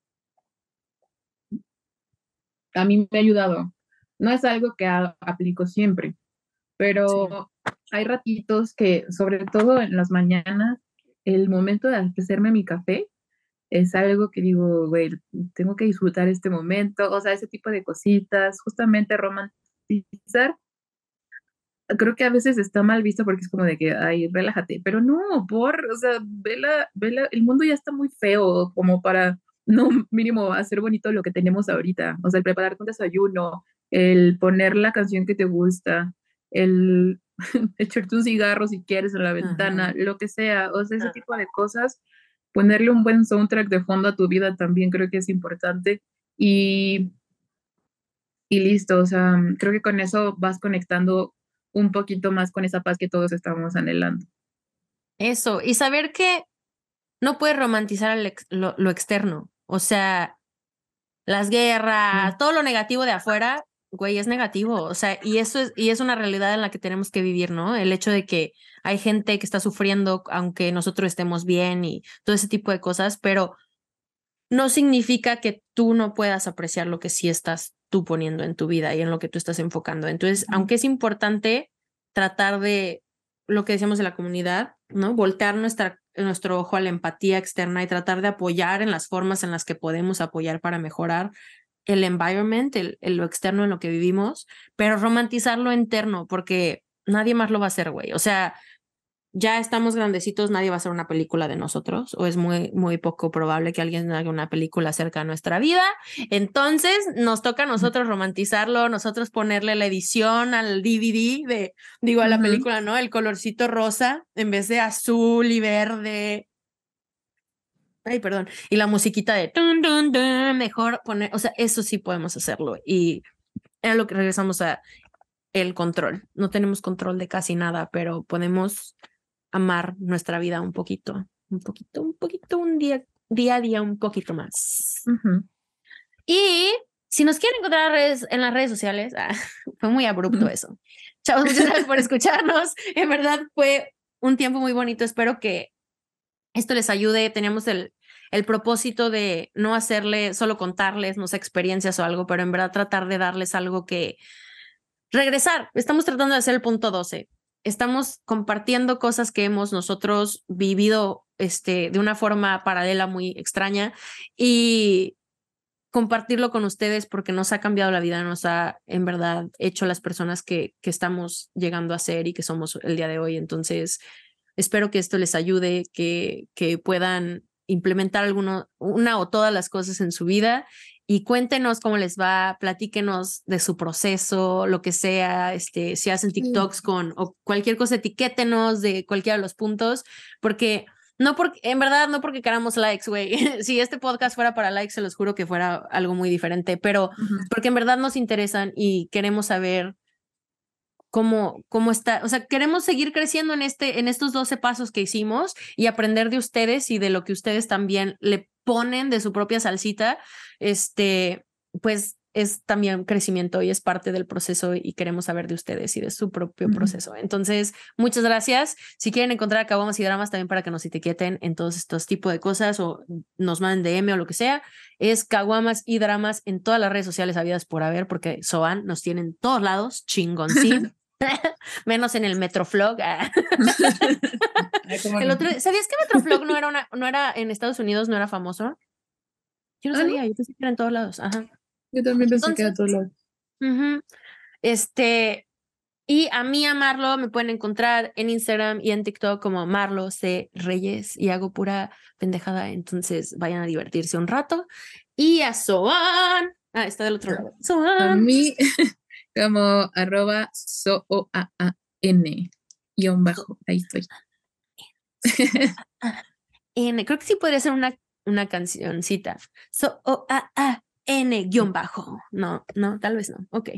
a mí me ha ayudado. No es algo que aplico siempre, Sí. pero hay ratitos que, sobre todo en las mañanas, el momento de hacerme mi café es algo que digo, güey, tengo que disfrutar este momento, o sea, ese tipo de cositas, justamente romantizar. Creo que a veces está mal visto porque es como de que, ay, relájate, pero no, o sea, el mundo ya está muy feo como para, no, mínimo, hacer bonito lo que tenemos ahorita, o sea, el prepararte un desayuno, el poner la canción que te gusta, el echarte un cigarro si quieres en la ventana, Ajá. lo que sea, o sea, ese tipo de cosas, ponerle un buen soundtrack de fondo a tu vida también creo que es importante y y listo, o sea, creo que con eso vas conectando un poquito más con esa paz que todos estamos anhelando. Eso, y saber que no puedes romantizar lo externo, o sea, las guerras, Sí. todo lo negativo de afuera, güey, es negativo, o sea, y es una realidad en la que tenemos que vivir, ¿no? El hecho de que hay gente que está sufriendo aunque nosotros estemos bien y todo ese tipo de cosas, pero no significa que tú no puedas apreciar lo que sí estás tú poniendo en tu vida y en lo que tú estás enfocando. Entonces, aunque es importante tratar de lo que decíamos de la comunidad, ¿no? Voltear nuestro ojo a la empatía externa y tratar de apoyar en las formas en las que podemos apoyar para mejorar el environment, lo externo en lo que vivimos, pero romantizar lo interno, porque nadie más lo va a hacer, güey. O sea, ya estamos grandecitos, nadie va a hacer una película de nosotros, o es muy, muy poco probable que alguien haga una película acerca de nuestra vida. Entonces nos toca a nosotros romantizarlo, nosotros ponerle la edición al DVD a la película, ¿no? El colorcito rosa en vez de azul y verde. Ay, perdón. Y la musiquita de dun, dun, dun, mejor poner, o sea, eso sí podemos hacerlo. Y era lo que regresamos a el control. No tenemos control de casi nada, pero podemos amar nuestra vida un poquito, un día a día, un poquito más. Y si nos quieren encontrar en las redes sociales, fue muy abrupto eso. Chavos, muchas gracias por escucharnos. En verdad fue un tiempo muy bonito. Espero que esto les ayude. Teníamos el propósito de no hacerle, solo contarles, no sé, experiencias o algo, pero en verdad tratar de darles algo que regresar. Estamos tratando de hacer el punto 12. Estamos compartiendo cosas que hemos nosotros vivido de una forma paralela muy extraña y compartirlo con ustedes porque nos ha cambiado la vida, nos ha en verdad hecho las personas que estamos llegando a ser y que somos el día de hoy. Entonces, espero que esto les ayude, que puedan implementar una o todas las cosas en su vida y cuéntenos cómo les va, platíquenos de su proceso, lo que sea, si hacen TikToks o cualquier cosa, etiquétenos de cualquiera de los puntos, porque en verdad, no porque queramos likes, güey. Si este podcast fuera para likes, se los juro que fuera algo muy diferente, pero porque en verdad nos interesan y queremos saber cómo está, o sea, queremos seguir creciendo en estos 12 pasos que hicimos y aprender de ustedes y de lo que ustedes también le ponen de su propia salsita, pues es también crecimiento y es parte del proceso y queremos saber de ustedes y de su propio proceso. Entonces, muchas gracias. Si quieren encontrar a Caguamas y Dramas también para que nos etiqueten en todos estos tipos de cosas o nos manden DM o lo que sea, es Caguamas y Dramas en todas las redes sociales habidas por haber, porque Soan nos tiene en todos lados, chingoncín. Menos en el Metroflog. ¿Sabías que Metroflog no era en Estados Unidos, no era famoso? Yo no sabía, yo pensé que era en todos lados. Ajá. Yo también pensé que era en todos lados. Y a mí, a Marlo, me pueden encontrar en Instagram y en TikTok como Marlo C. Reyes y hago pura pendejada, entonces vayan a divertirse un rato. Y a Soan. Está del otro lado. Soan. A mí como @SOAAN_ ahí estoy. Creo que sí podría ser una cancioncita. SOAAN_ No, tal vez no. Ok.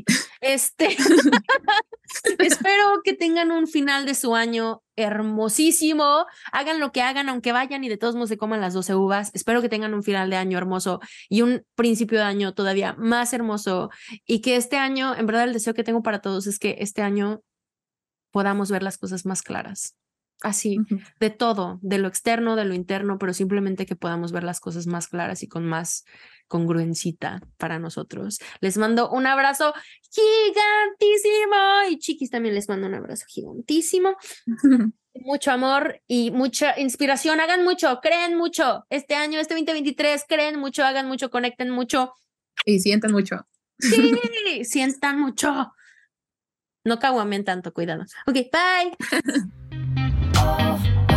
Espero que tengan un final de su año hermosísimo. Hagan lo que hagan, aunque vayan y de todos modos se coman las 12 uvas. Espero que tengan un final de año hermoso y un principio de año todavía más hermoso. Y que este año, en verdad, el deseo que tengo para todos es que este año podamos ver las cosas más claras. Así, de todo, de lo externo, de lo interno, pero simplemente que podamos ver las cosas más claras y con más congruencita para nosotros. Les mando un abrazo gigantísimo y chiquis también les mando un abrazo gigantísimo. Mucho amor y mucha inspiración. Hagan mucho, creen mucho. Este año, 2023, creen mucho, hagan mucho, conecten mucho. Y sientan mucho. Sí, sientan mucho. No caguamen tanto, cuidado. Ok, bye.